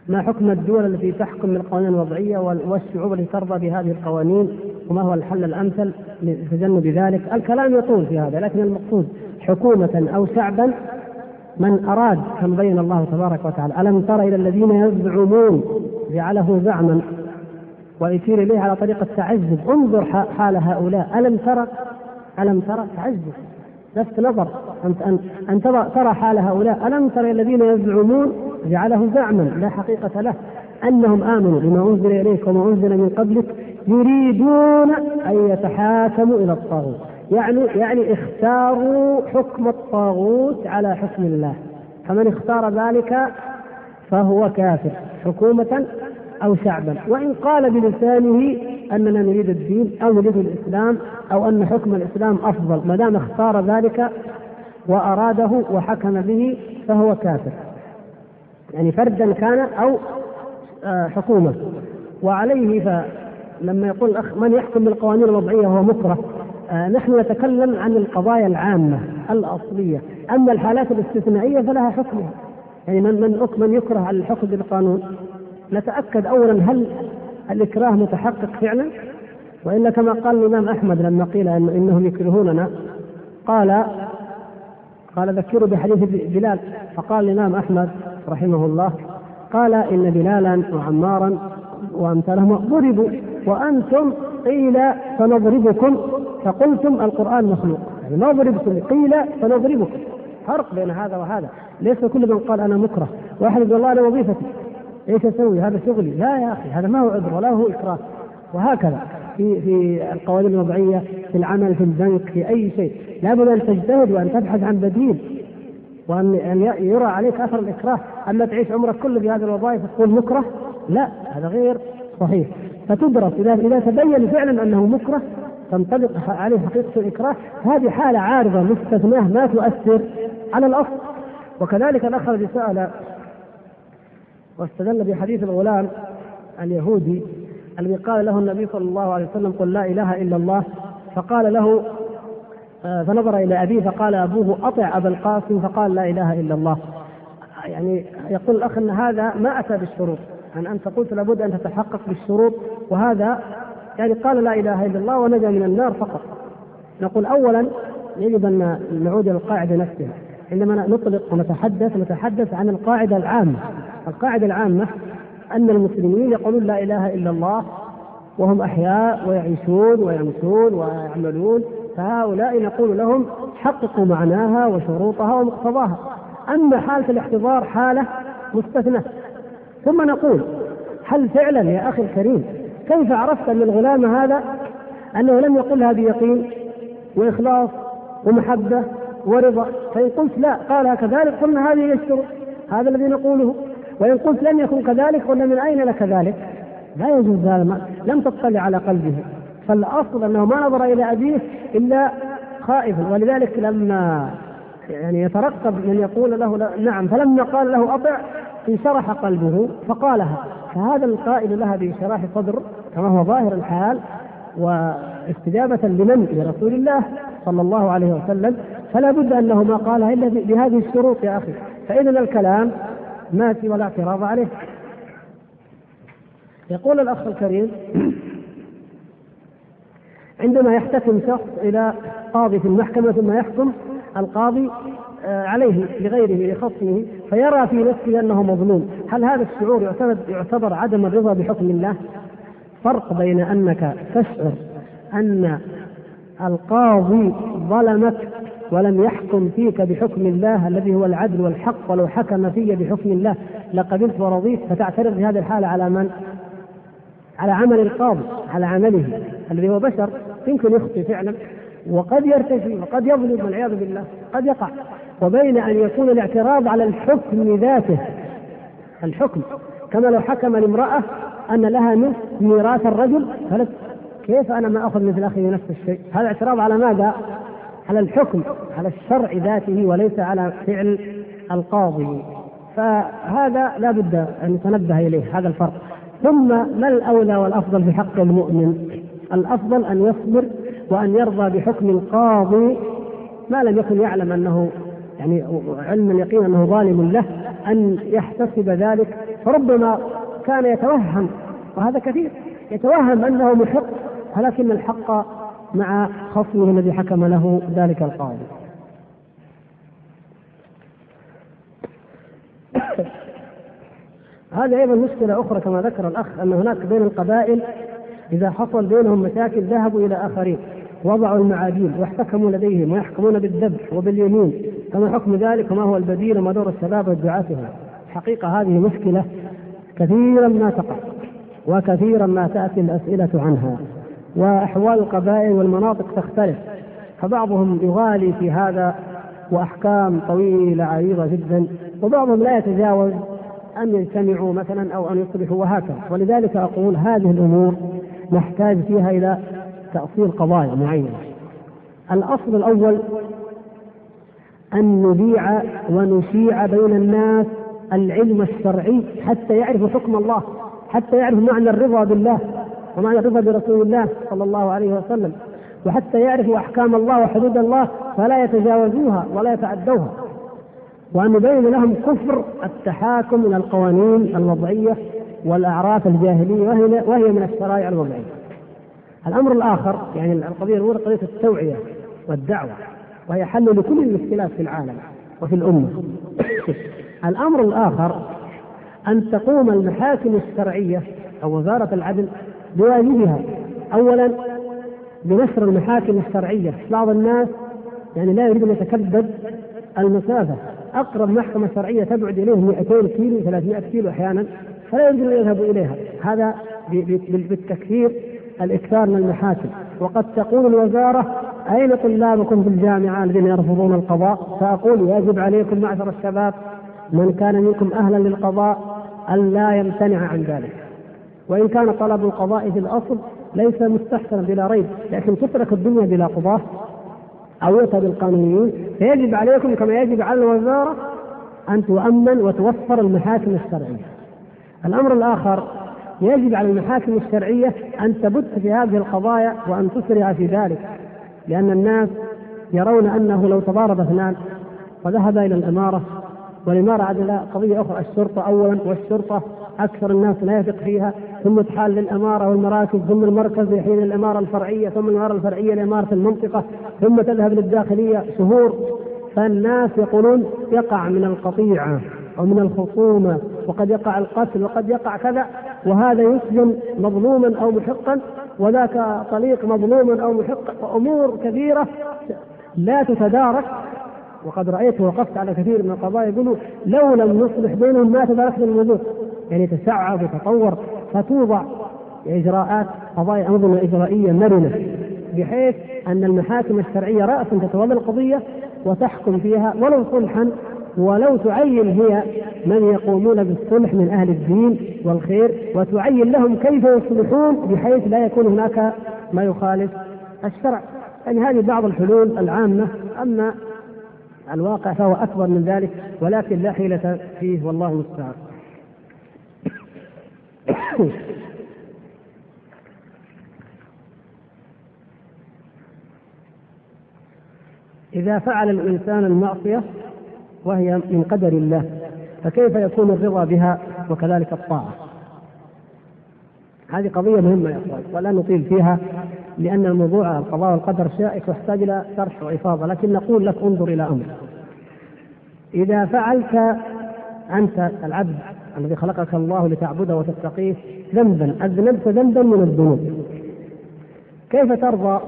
ما حكم الدول التي تحكم بالقوانين الوضعية والشعوب التي ترضى بهذه القوانين، وما هو الحل الأمثل لتجنب ذلك؟ الكلام يطول في هذا، لكن المقصود حكومة أو شعبا من أراد، كما بين الله تبارك وتعالى: ألم تر إلى الذين يزعمون، جعله زعما ويشير إليه على طريقة تعجب. انظر حال هؤلاء، ألم ترى تعجب، لفت نظر، أن ترى حال هؤلاء. ألم تر إلى الذين يزعمون، جعله زعما لا حقيقة له، أنهم آمنوا بما أنزل إليك وما أنزل من قبلك يريدون أن يتحاكموا إلى الطاغوت. يعني اختاروا حكم الطاغوت على حكم الله، فمن اختار ذلك فهو كافر، حكومة أو شعبا، وإن قال بلسانه أننا نريد الدين أو نريد الإسلام أو أن حكم الإسلام أفضل، ما دام اختار ذلك وأراده وحكم به فهو كافر، يعني فردا كان أو حكومة. وعليه فلما يقول الأخ من يحكم بالقوانين الوضعية هو مكره، نحن نتكلم عن القضايا العامة الأصلية، أما الحالات الاستثنائية فلها حكمها. يعني من يكره على الحكم بالقانون، نتأكد أولا هل الإكراه متحقق فعلا، وإلا كما قال الإمام أحمد لما قيل إنهم يكرهوننا، قال ذكروا بحديث بلال، فقال الإمام أحمد رحمه الله قال إن بلالا وعمارا وأمثالهم ضربوا وأنتم قيل فنضربكم فقلتم القرآن مخلوق. يعني ما ضربتم، قيل فنضربكم، فرق بين هذا وهذا. ليس كل من قال أنا مكره، واحد يقول الله أنا وظيفتي ايش اسوي هذا شغلي، لا يا اخي هذا ما هو عذر ولا هو اكراه. وهكذا في القوانين الوضعيه، في العمل، في البنك، في اي شيء لابد ان تجتهد وان تبحث عن بديل، وان يرى عليك اثر الاكراه. اما تعيش عمرك كله في هذه الوظائف تقول مكره، لا هذا غير صحيح. فتدرس اذا تبين فعلا انه مكره تنطبق عليه حقيقه الاكراه، هذه حاله عارضه مستثناه ما تؤثر على الاصل. وكذلك الاخ الذي سال واستدل بحديث الغلام اليهودي الذي قال له النبي صلى الله عليه وسلم قل لا إله إلا الله، فقال له فنظر إلى أبيه فقال أبوه أطع أبا القاسم، فقال لا إله إلا الله. يعني يقول الأخ أن هذا ما أتى بالشروط، يعني أنت قلت لابد أن تتحقق بالشروط، وهذا يعني قال لا إله إلا الله ونجا من النار فقط. نقول أولا يجب أن نعود إلى القاعدة نفسها. عندما نطلق ونتحدث عن القاعدة العامة. القاعدة العامة أن المسلمين يقولون لا إله إلا الله وهم أحياء ويعيشون ويمشون ويعملون، فهؤلاء نقول لهم حققوا معناها وشروطها ومقتضاها. أما حالة الاحتضار حالة مستثنى. ثم نقول هل فعلا يا أخي الكريم كيف عرفت أن الغلام هذا أنه لم يقلها بيقين وإخلاص ومحبة ورضا؟ فإن قلت لا قالها كذلك قلنا هذه هي الشروط، هذا الذي نقوله. وإن قلت لم يكن كذلك قلنا من أين لك ذلك؟ لا يجوز هذا، لم تطلع على قلبه. فالأصل أنه ما نظر إلى أبيه إلا خائفا، ولذلك لما يعني يترقب من يقول له نعم، فلما قال له أطع انشرح قلبه فقالها. فهذا القائل لها بشراح صدر كما هو ظاهر الحال واستجابة لمن؟ لرسول الله صلى الله عليه وسلم، فلا بد أنه ما قالها إلا بهذه الشروط يا أخي. فإذن الكلام ماشي ولا اعتراض عليه. يقول الأخ الكريم عندما يحتكم شخص إلى قاضي في المحكمة ثم يحكم القاضي عليه لغيره لخصمه فيرى في نفسه أنه مظلوم، هل هذا الشعور يعتبر عدم الرضا بحكم الله؟ فرق بين أنك تشعر أن القاضي ظلمك ولم يحكم فيك بحكم الله الذي هو العدل والحق، ولو حكم في بحكم الله لقبلت ورضيت، فتعترض في هذه الحالة على من؟ على عمل القاضي، على عمله الذي هو بشر يمكن يخطئ فعلا وقد يرتشي وقد يظلم والعياذ بالله قد يقع. وبين أن يكون الاعتراض على الحكم ذاته، الحكم كما لو حكم لامرأة أن لها نصف ميراث الرجل قالت كيف أنا ما أخذ مثل أخي نفس الشيء، هذا اعتراض على ماذا؟ على الحكم، على الشرع ذاته وليس على فعل القاضي. فهذا لا بد أن نتنبه إليه هذا الفرق. ثم ما الأولى والأفضل في حق المؤمن؟ الأفضل أن يصبر وأن يرضى بحكم القاضي ما لم يكن يعلم أنه يعني علم اليقين أنه ظالم له، أن يحتسب ذلك فربما كان يتوهم، وهذا كثير، يتوهم أنه محق، ولكن الحق مع خصمه الذي حكم له ذلك القاضي. هذه أيضا مشكلة أخرى كما ذكر الأخ، أن هناك بين القبائل إذا حصل بينهم مشاكل ذهبوا إلى آخرين وضعوا المعادين واحتكموا لديهم ويحكمون بالذبح وباليمين، فما حكم ذلك وما هو البديل وما دور الشباب والدعاة هنا؟ حقيقة هذه مشكلة كثيرا ما تقع وكثيرا ما تأتي الأسئلة عنها، وأحوال القبائل والمناطق تختلف، فبعضهم يغالي في هذا وأحكام طويلة عريضة جدا، وبعضهم لا يتجاوز أن يجتمعوا مثلا أو أن يصلحوا وهكذا. ولذلك أقول هذه الأمور نحتاج فيها إلى تأصيل قضايا معينة. الأصل الأول أن نذيع ونشيع بين الناس العلم الشرعي حتى يعرفوا حكم الله، حتى يعرفوا معنى الرضا بالله ومعنى الرضا برسول الله صلى الله عليه وسلم، وحتى يعرفوا أحكام الله وحدود الله فلا يتجاوزوها ولا يتعدوها، وأن نبين لهم كفر التحاكم إلى القوانين الوضعية والأعراف الجاهلية وهي من الشرائع الوضعية. الأمر الآخر، يعني القضية الأولى قضية التوعية والدعوة، وهي حل لكل المشكلات في العالم وفي الأمة. الأمر الآخر أن تقوم المحاكم الشرعية أو وزارة العدل بواجبها، أولا بنشر المحاكم الشرعية. بعض الناس يعني لا يريد أن يتكبد المسافة، أقرب محكمة شرعية تبعد إليه 200 كيلو 300 كيلو أحيانا، فلا يريد أن يذهبوا إليها. هذا بالتكثير الإكثار من المحاكم. وقد تقول الوزارة أين طلابكم في الجامعة الذين يرفضون القضاء؟ فأقول يجب عليكم معشر الشباب من كان منكم أهلا للقضاء أن لا يمتنع عن ذلك، وإن كان طلب القضاء في الأصل ليس مستحسنا بلا ريب، لكن تترك الدنيا بلا قضاة أو يؤتى بالقانونيين، فيجب عليكم كما يجب على الوزارة أن تؤمن وتوفر المحاكم الشرعية. الأمر الآخر، يجب على المحاكم الشرعية أن تبث في هذه القضايا وأن تسرع في ذلك، لأن الناس يرون أنه لو تضارب اثنان وذهب إلى الإمارة والإمارة عاد قضية أخرى، الشرطة أولا، والشرطة أكثر الناس لا يثق فيها، ثم تحال للإمارة والمراكز، ثم المركز يحيل للإمارة الفرعية، ثم الإمارة الفرعية لإمارة المنطقة، ثم تذهب للداخلية شهور. فالناس يقولون يقع من القطيعة ومن الخصومة، وقد يقع القتل وقد يقع كذا، وهذا يسجن مظلوما أو محقا، وذاك طليق مظلوما أو محقا، وأمور كثيرة لا تتدارك. وقد رأيت ووقفت على كثير من القضايا يقولوا لو لم نصلح بينهم ما تداركنا الموضوع، يعني تشعب وتطور، فتوضع إجراءات قضايا أنظمة إجرائية مرنة بحيث أن المحاكم الشرعية رأسا تتولى القضية وتحكم فيها ولو صلحا، ولو تعين هي من يقومون بالصلح من أهل الدين والخير، وتعين لهم كيف يصلحون بحيث لا يكون هناك ما يخالف الشرع. يعني هذه بعض الحلول العامة، أما الواقع فهو أكبر من ذلك، ولكن لا حيلة فيه والله المستعان. إذا فعل الإنسان المعصية وهي من قدر الله فكيف يكون الرضا بها وكذلك الطاعة؟ هذه قضية مهمة يا أخوان، ولا نطيل فيها لأن الموضوع القضاء والقدر شائك ويحتاج إلى شرح وإفاضة، لكن نقول لك انظر إلى أمر. إذا فعلت أنت العبد الذي خلقك الله لتعبده وتتقيه ذنبا، أذنبت ذنبا من الذنوب، كيف ترضى؟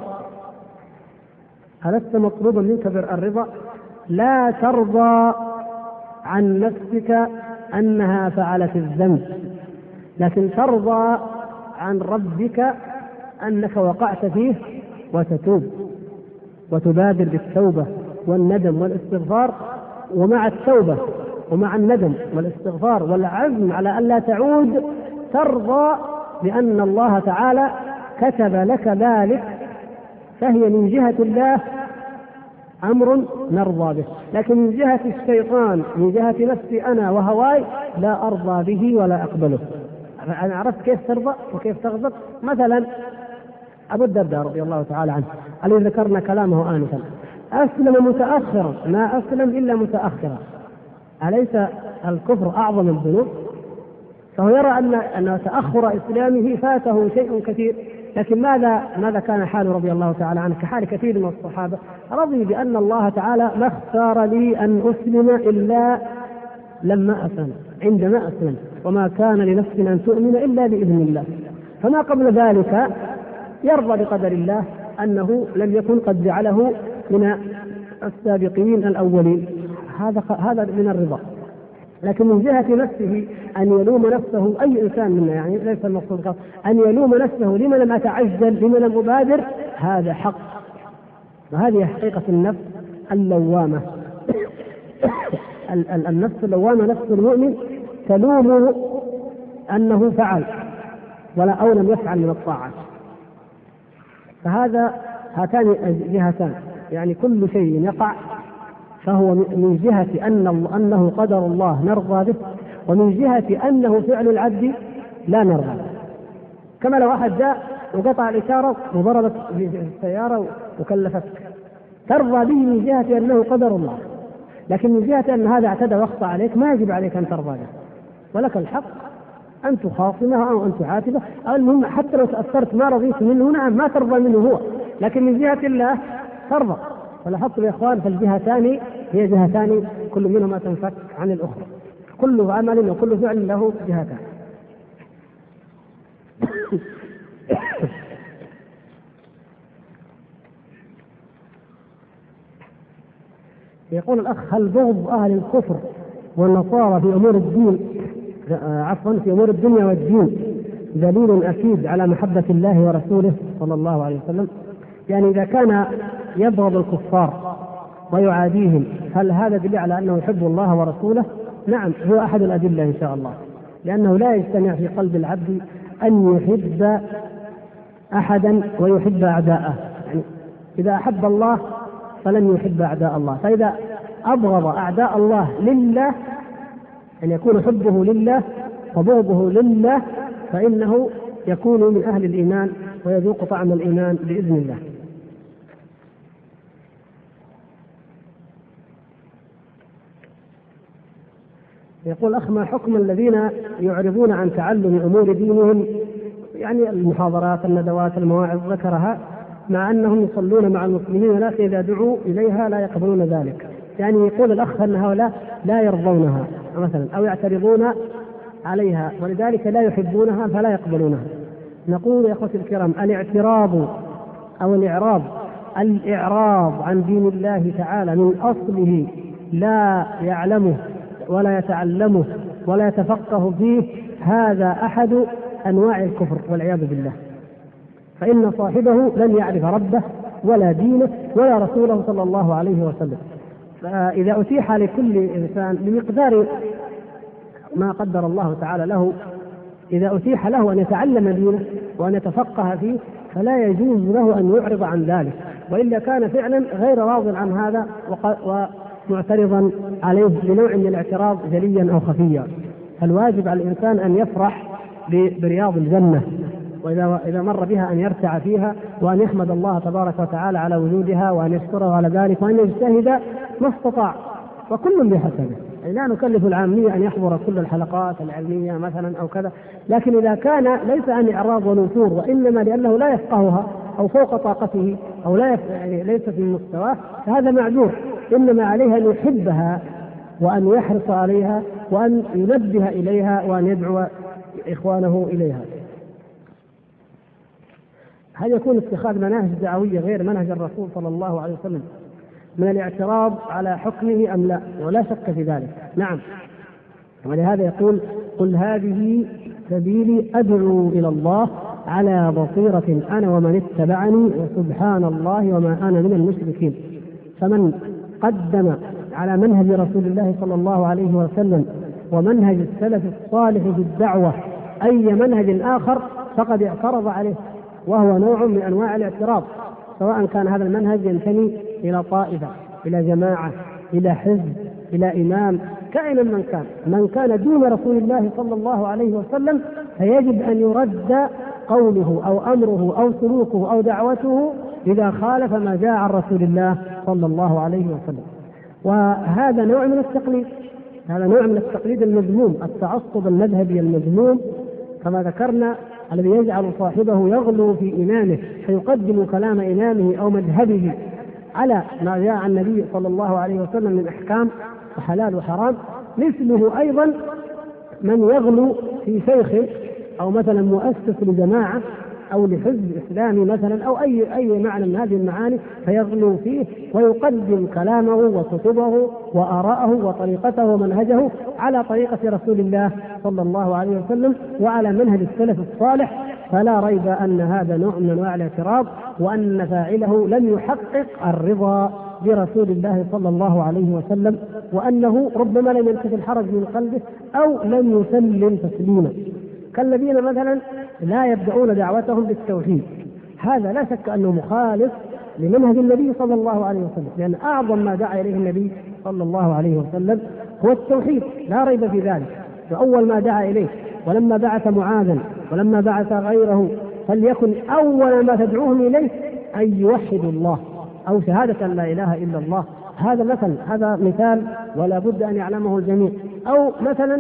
ألست مطلوبا منك الرضا؟ لا ترضى عن نفسك أنها فعلت الذنب، لكن ترضى عن ربك أنك وقعت فيه وتتوب وتبادر بالتوبة والندم والاستغفار. ومع التوبة ومع الندم والاستغفار والعزم على أن لا تعود ترضى بأن الله تعالى كتب لك ذلك، فهي من جهة الله أمر نرضى به، لكن من جهة الشيطان من جهة نفسي أنا وهواي لا أرضى به ولا أقبله. أنا عرفت كيف ترضى وكيف تغضب. مثلا أبو الدرداء رضي الله تعالى عنه الذي ذكرنا كلامه آنفا، أسلم متأخرا، ما أسلم إلا متأخرا. أليس الكفر أعظم الذنوب؟ فهو يرى أن تأخر إسلامه فاته شيء كثير. لكن ماذا كان حاله رضي الله تعالى عنه كحال كثير من الصحابة؟ رضي بأن الله تعالى ما اختار لي أن أسلم إلا لما أسلم، عندما أسلم، وما كان لنفس أن تؤمن إلا بإذن الله. فما قبل ذلك يرضى بقدر الله أنه لم يكن قد جعله من السابقين الأولين، هذا من الرضا. لكن من جهة نفسه أن يلوم نفسه أي إنسان منا، يعني ليس المقصود أن يلوم نفسه لما لم أتعجل، لما لم أبادر، هذا حق. وهذه حقيقة النفس اللوامة. النفس اللوامة نفس المؤمن تلوم أنه فعل أو لم يفعل من الطاعات. هاتان جهتان، يعني كل شيء يقع فهو من جهة أنه قدر الله نرضى به، ومن جهة أنه فعل العبد لا نرضى. كما لو واحد جاء وقطع الإشارة وضربت في السيارة وكلفتك، ترضى به من جهة أنه قدر الله، لكن من جهة أن هذا اعتدى واخطأ عليك ما يجب عليك أن ترضى به، ولك الحق أن تخاصمه أو أن تعاتبه. المهم حتى لو تأثرت ما رضيت منه، نعم ما ترضى منه هو، لكن من جهة الله ترضى. فلاحظتم يا إخوان، فالجهتان هي جهتان كل منهما تنفك عن الأخرى، كل عمل وكل فعل له جهتان. يقول الأخ: هل بغض أهل الكفر والنصارى في أمور الدين في أمور الدنيا والدين دليل أكيد على محبة الله ورسوله صلى الله عليه وسلم؟ يعني إذا كان يبغض الكفار ويعاديهم، هل هذا دليل على أنه يحب الله ورسوله؟ نعم، هو أحد الأدلة إن شاء الله، لأنه لا يجتمع في قلب العبد أن يحب أحدا ويحب أعداءه. يعني إذا أحب الله فلن يحب أعداء الله، فإذا أبغض أعداء الله لله، أن يكون حبه لله وبغضه لله، فإنه يكون من أهل الإيمان ويذوق طعم الإيمان بإذن الله. يقول أخ: ما حكم الذين يعرضون عن تعلم أمور دينهم، يعني المحاضرات، الندوات، المواعظ ذكرها، مع أنهم يصلون مع المسلمين ولكن إذا دعوا إليها لا يقبلون ذلك؟ يعني يقول الأخ أن هؤلاء لا يرضونها مثلا أو يعترضون عليها ولذلك لا يحبونها فلا يقبلونها. نقول يا أخوتي الكرام: الاعتراض أو الإعراض عن دين الله تعالى من أصله لا يعلمه ولا يتعلمه ولا يتفقه فيه، هذا أحد أنواع الكفر والعياذ بالله، فإن صاحبه لن يعرف ربه ولا دينه ولا رسوله صلى الله عليه وسلم. فإذا أتيح لكل إنسان بمقدار ما قدر الله تعالى له، إذا أتيح له أن يتعلم دينه وأن يتفقه فيه، فلا يجوز له أن يعرض عن ذلك، وإلا كان فعلا غير راض عن هذا ومعترضا عليه بنوع من الاعتراض جليا أو خفيا. فالواجب على الإنسان أن يفرح برياض الجنة، وإذا مر بها أن يرتع فيها، وأن يحمد الله تبارك وتعالى على وجودها، وأن يشكره على ذلك، وأن يجتهد ما استطاع، وكل بحسبه. يعني لا نكلف العامية أن يحضر كل الحلقات العلمية مثلا أو كذا، لكن إذا كان ليس عن إعراض ونفور، وإنما لأنه لا يفقهها أو فوق طاقته أو يعني ليس في مستواه، فهذا معذور. إنما عليه أن يحبها وأن يحرص عليها وأن ينبه إليها وأن يدعو إخوانه إليها. هل يكون اتخاذ مناهج دعوية غير منهج الرسول صلى الله عليه وسلم من الاعتراض على حكمه أم لا؟ ولا شك في ذلك، نعم. ولهذا يقول: قل هذه سبيلي أدعو إلى الله على بصيرة أنا ومن اتبعني وسبحان الله وما أنا من المشركين. فمن قدم على منهج رسول الله صلى الله عليه وسلم ومنهج السلف الصالح في الدعوة أي منهج آخر فقد اعترض عليه، وهو نوع من أنواع الاعتراض، سواء كان هذا المنهج ينتمي إلى طائفة، إلى جماعة، إلى حزب، إلى إمام، كائنا من كان دون رسول الله صلى الله عليه وسلم، فيجب أن يرد قوله أو أمره أو سلوكه أو دعوته إذا خالف ما جاء عن رسول الله صلى الله عليه وسلم. وهذا نوع من التقليد، هذا نوع من التقليد المذموم، التعصب المذهبي المذموم كما ذكرنا، الذي يجعل صاحبه يغلو في إمامه فيقدم كلام إمامه أو مذهبه على ما جاء عن النبي صلى الله عليه وسلم من أحكام وحلال وحرام. مثله أيضا من يغلو في شيخ أو مثلا مؤسس لجماعة أو لحزب إسلامي مثلا أو أي معنى من هذه المعاني، فيغلو فيه ويقدم كلامه وكتبه وآراءه وطريقته ومنهجه على طريقة رسول الله صلى الله عليه وسلم وعلى منهج السلف الصالح. فلا ريب أن هذا نوع من أنواع الاعتراض، وأن فاعله لم يحقق الرضا برسول الله صلى الله عليه وسلم، وأنه ربما لم ينتفي الحرج من قلبه أو لم يسلم تسليما، كالذين مثلا لا يبدأون دعوتهم بالتوحيد. هذا لا شك أنه مخالف لمنهج النبي صلى الله عليه وسلم، لأن أعظم ما دعا إليه النبي صلى الله عليه وسلم هو التوحيد، لا ريب في ذلك. وأول ما دعا إليه ولما بعث معاذا ولما بعث غيره فليكن أول ما تدعوهم إليه أن يوحدوا الله أو شهادة أن لا إله إلا الله. هذا مثال ولا بد أن يعلمه الجميع. أو مثلا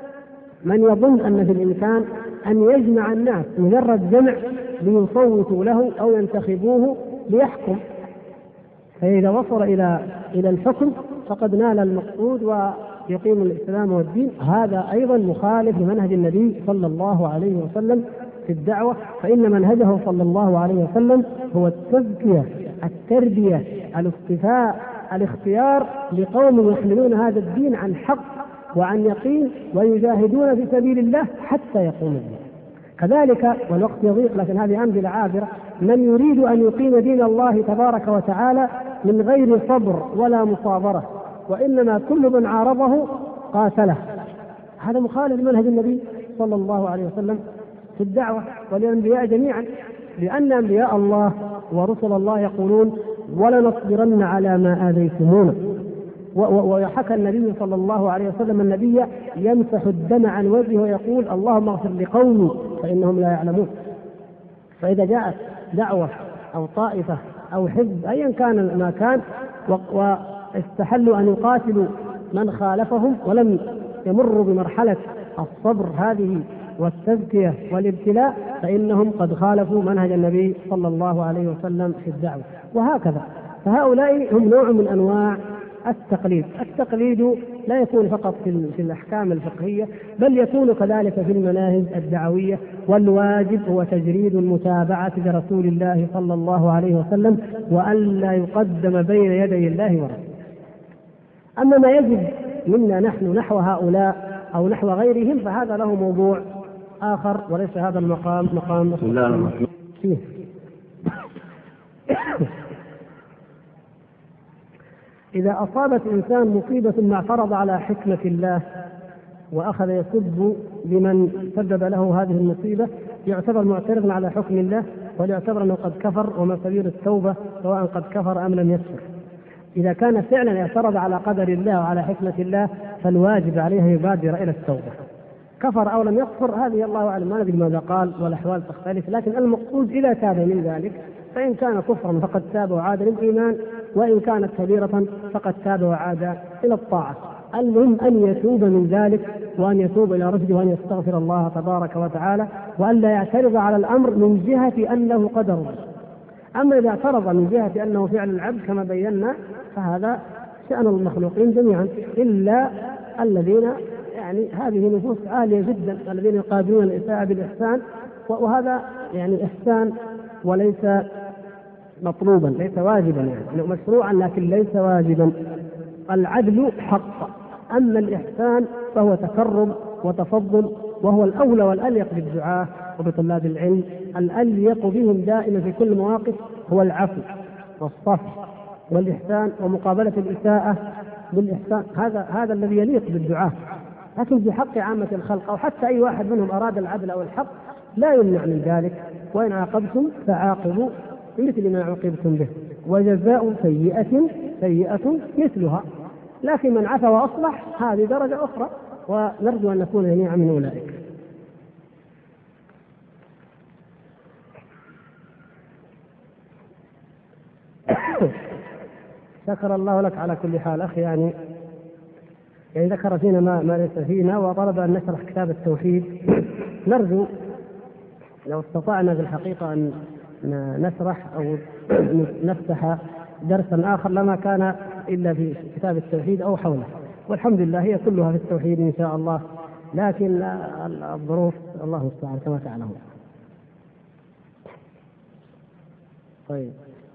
من يظن أن في الإمكان أن يجمع الناس مجرد جمع ليصوتوا له أو ينتخبوه ليحكم، فإذا وصل إلى الحكم فقد نال المقصود ويقيم الإسلام والدين. هذا أيضا مخالف لمنهج النبي صلى الله عليه وسلم في الدعوة، فإن منهجه صلى الله عليه وسلم هو التزكية، التربية، الاصطفاء، الاختيار لقوم يحملون هذا الدين عن حق وعن يقين ويجاهدون في سبيل الله حتى يقوم الدين. كذلك والوقت يضيق لكن هذه أمثلة عابرة، من يريد أن يقيم دين الله تبارك وتعالى من غير صبر ولا مصابرة، وإنما كل من عارضه قاتله، هذا مخالف لمنهج النبي صلى الله عليه وسلم في الدعوة والأنبياء جميعا، لأن أنبياء الله ورسل الله يقولون ولنصبرن على ما آذيتمونا. وحكى النبي صلى الله عليه وسلم النبي يمسح الدم عن وجهه ويقول اللهم اغفر لقومي فإنهم لا يعلمون. فإذا جاءت دعوة أو طائفة أو حزب أيا كان ما كان واستحلوا أن يقاتلوا من خالفهم ولم يمروا بمرحلة الصبر هذه والتزكية والابتلاء، فإنهم قد خالفوا منهج النبي صلى الله عليه وسلم في الدعوة. وهكذا فهؤلاء هم نوع من أنواع التقليد. التقليد لا يكون فقط في الأحكام الفقهية، بل يكون كذلك في المناهج الدعوية، والواجب هو تجريد المتابعة لرسول الله صلى الله عليه وسلم وألا يقدم بين يدي الله ورسوله. أما ما يجب منا نحن نحو هؤلاء أو نحو غيرهم فهذا له موضوع آخر وليس هذا المقام مقام فيه. إذا أصابت إنسان مصيبة ما اعترض على حكمة الله وأخذ يسب بمن سبب له هذه المصيبة يعتبر معترضا على حكم الله ويعتبر أنه قد كفر، وما سبيل التوبة سواء قد كفر أم لم يكفر. إذا كان فعلا اعترض على قدر الله وعلى حكمة الله فالواجب عليه يبادر إلى التوبة. كفر أو لم يكفر هذه الله أعلم، ما ندري ماذا قال والأحوال تختلف، لكن المقصود إذا تاب من ذلك فإن كان كفرا فقد تاب وعاد للإيمان، وإن كانت كبيرة فقد تاب وعاد إلى الطاعة. المهم أن يتوب من ذلك وأن يتوب إلى رشده وأن يستغفر الله تبارك وتعالى وأن لا يعترض على الأمر من جهة أنه قدر الله. أما إذا اعترض من جهة أنه فعل العبد كما بينا فهذا شأن المخلوقين جميعا، إلا الذين يعني هذه نفوس عالية جدا الذين يقابلون الإساءة بالإحسان، وهذا يعني إحسان وليس مطلوبا، ليس واجبا، يعني مشروعا لكن ليس واجبا. العدل حق، أما الإحسان فهو تكرم وتفضل، وهو الأولى والأليق بالدعاة وبطلاب العلم. الأليق بهم دائما في كل مواقف هو العفو والصفح والإحسان ومقابلة الإساءة بالإحسان، هذا الذي يليق بالدعاة. لكن في حق عامة الخلق أو حتى أي واحد منهم أراد العدل أو الحق لا يمنع من ذلك، وإن عاقبتم فعاقبوا بمثل ما عوقبتم به وجزاء سيئة سيئة مثلها. لكن من عفا وأصلح هذه درجة أخرى، ونرجو أن نكون جميعا من أولئك. شكر الله لك على كل حال أخي، يعني يعني ذكر فينا ما ليس فينا، وطلب أن نشرح كتاب التوحيد. نرجو لو استطعنا بالحقيقة أن نشرح أو نفتح درسا آخر لما كان إلا في كتاب التوحيد أو حوله، والحمد لله هي كلها في التوحيد إن شاء الله، لكن الظروف الله المستعان كما تعلمون. طيب،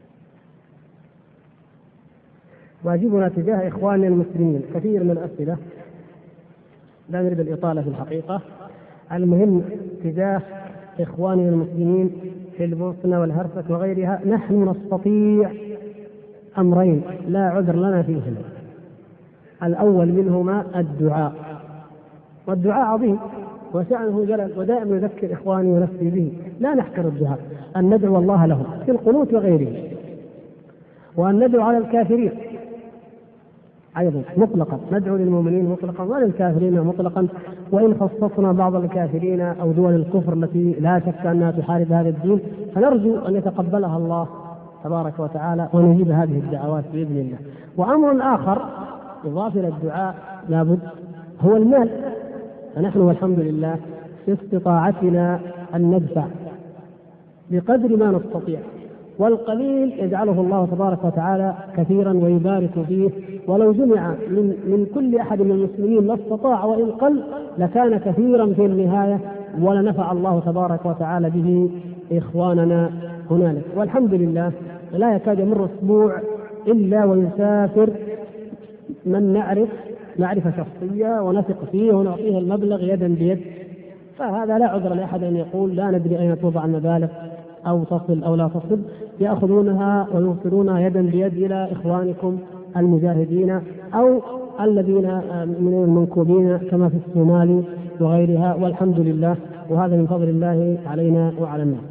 واجبنا تجاه إخواننا المسلمين كثير من الأسئلة، لا نريد الإطالة في الحقيقة. المهم تجاه إخواننا المسلمين في البوسنة والهرسك وغيرها، نحن نستطيع أمرين لا عذر لنا فيهما. الأول منهما الدعاء، والدعاء عظيم وشأنه جلل، ودائما نذكر إخواني ونفسي به، لا نحكر الدعاء، أن ندعو الله لهم في القنوت وغيره، وأن ندعو على الكافرين أيضا مطلقا، ندعو للمؤمنين مطلقا وللكافرين مطلقا، وإن خصصنا بعض الكافرين أو دول الكفر التي لا شك أنها تحارب هذا الدين، فنرجو أن يتقبلها الله تبارك وتعالى ونجيب هذه الدعوات بإذن الله. وأمر آخر يضاف إلى الدعاء لابد هو المال، فنحن والحمد لله في استطاعتنا أن ندفع بقدر ما نستطيع، والقليل يجعله الله تبارك وتعالى كثيرا ويبارك فيه، ولو جمع من كل أحد من المسلمين لا استطاع وإن قل لكان كثيرا في النهاية، ولنفع الله تبارك وتعالى به إخواننا هنالك. والحمد لله لا يكاد يمر أسبوع إلا ويسافر من نعرف معرفة شخصية ونثق فيه ونعطيه المبلغ يدا بيد، فهذا لا عذر لأحد أن يقول لا ندري أين توضع المبالغ أو تصل أو لا تصل، يأخذونها ويوصلونها يدا بيد إلى إخوانكم المجاهدين أو الذين من المنكوبين كما في الصومال وغيرها، والحمد لله، وهذا من فضل الله علينا وعلى الناس.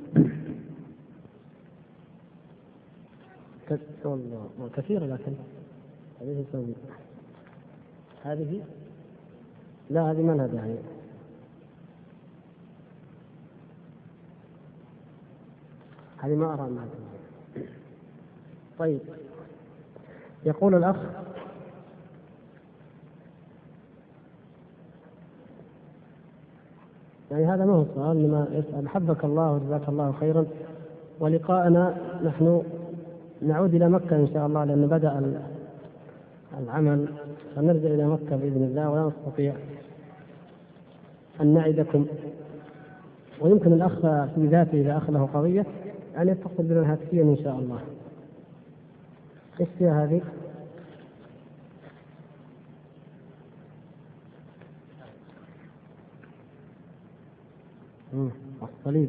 كثيرة، لكن هذه لا، هذه ما لها داعي. هذه ما أرى أنها. طيب، يقول الأخ: يعني هذا ما هو السؤال، لما يسأل حبك الله وجزاك الله خيرا، ولقاءنا نحن نعود إلى مكة إن شاء الله، لأن بدأ العمل، فنرجع إلى مكة بإذن الله، ولا نستطيع أن نعدكم. ويمكن الأخ في ذاته إذا أخ له قضية أن يتصل بنا هاتفيا إن شاء الله. إيش فيها هذه؟ الصليب.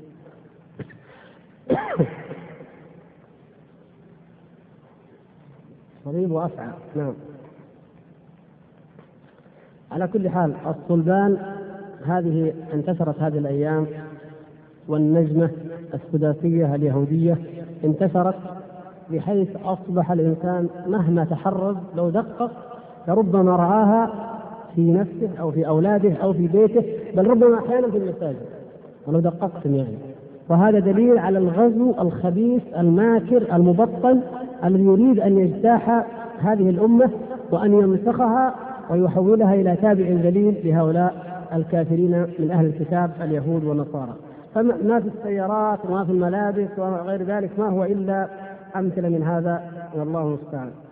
صليب وأفعى، نعم. على كل حال الصلبان هذه انتشرت هذه الأيام، والنجمة السداسية اليهودية انتشرت بحيث أصبح الإنسان مهما تحرز لو دقق لربما رآها في نفسه أو في أولاده أو في بيته، بل ربما أحيانا في المساجد ولو دققتم يعني. وهذا دليل على الغزو الخبيث الماكر المبطن الذي يريد أن يجتاح هذه الأمة وأن يمسخها ويحولها إلى تابع ذليل لهؤلاء الكافرين من أهل الكتاب اليهود والنصارى. فما في السيارات وما في الملابس وغير ذلك ما هو إلا أمثلة من هذا، والله المستعان.